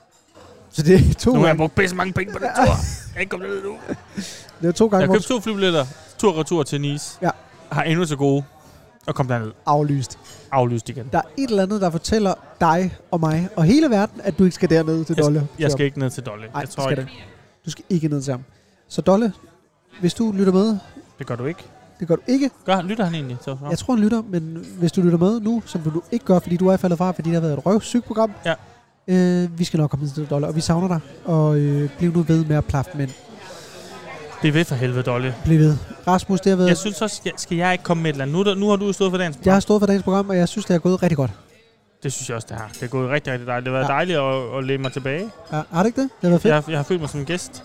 Så det er to Nu har jeg gange. brugt pisse mange penge på den tur. Jeg er ikke kommet ned nu. Det er to gange Jeg har vores købt to flybilletter, tur og retur til Nice. Ja. Har endnu til gode at komme derned. aflyst. Aflyst igen. Der er et eller andet, der fortæller dig og mig og hele verden, at du ikke skal derned til Jeg, Dolle. jeg skal ikke ned til Dolle. Nej, jeg tror skal ikke. det. Du skal ikke ned til ham. Så Dolle, hvis du lytter med, Det gør du ikke. det gør du ikke. Gør, lytter han egentlig? Så, Jeg tror, han lytter, men hvis du lytter med nu, som du ikke gør, fordi du er faldet fra, fordi det har været et røvsygt program, Ja. øh, vi skal nok komme ned til Dolle, og vi savner dig. Og øh, bliv nu ved med at plaffe mænd. Det er ved for helvede, Dolle. Bliv ved. Rasmus, det har været... Jeg synes også, jeg- skal jeg ikke komme med et eller andet? Nu, er der, nu har du stået for dagens program. Jeg har stået for dagens program, og jeg synes, det er gået rigtig godt. Det synes jeg også, det har. Det er gået rigtig, rigtig dejligt. Det har været Ja. dejligt at, at læne mig tilbage. Ja, har det ikke det? Det har været fedt. Jeg, jeg har følt mig som en gæst.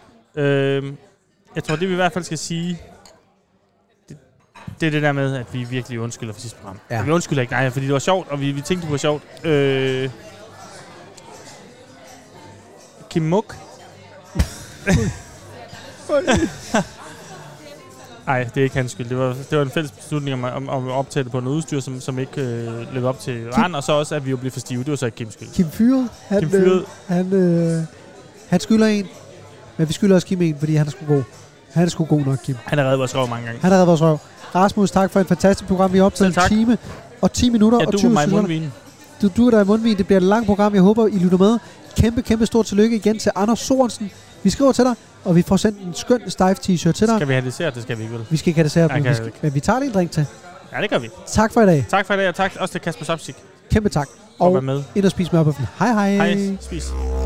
Øhm, jeg tror, det vi i hvert fald skal sige, det, det er det der med, at vi virkelig undskylder for sidste program. Ja. Vi undskylder ikke, nej, fordi det var sjovt, og vi, vi tænkte, det var sjovt. Øh, Kim Muk. Nej, det er ikke hans skyld. Det var, det var en fælles beslutning om, om, om at optage det på noget udstyr, som, som ikke øh, levede op til rand, og så også, at vi jo blev for stive. Det var så ikke Kims skyld. Kim Fyret, han, Kim Fyret. Øh, han, øh, han skylder en, men vi skylder også Kim en, fordi han er sgu god. Han er sgu god nok, Kim. Han har reddet vores røv mange gange. Han har reddet vores røv. Rasmus, tak for et fantastisk program. Vi har optaget Selv tak. en time og ti minutter Ja, og du tyve var mig i sekunder. mundvinen. Du, du er der i mundvin. Det bliver et langt program. Jeg håber, I lytter med. Kæmpe, kæmpe stort tillykke igen til Anders Sorensen. Vi skriver til dig, og vi får sendt en skøn Steift t-shirt til dig. Skal vi have dessert? Det skal vi ikke, vel? Vi skal ikke have dessert, Jeg men, kan vi jo skal, ikke. men vi tager lige en drink til. Ja, det gør vi. Tak for i dag. Tak for i dag, og tak også til Kasper Sopsik Kæmpe tak. for at Og være med. ind og spise mørbøffen. Hej hej. Hej, spis.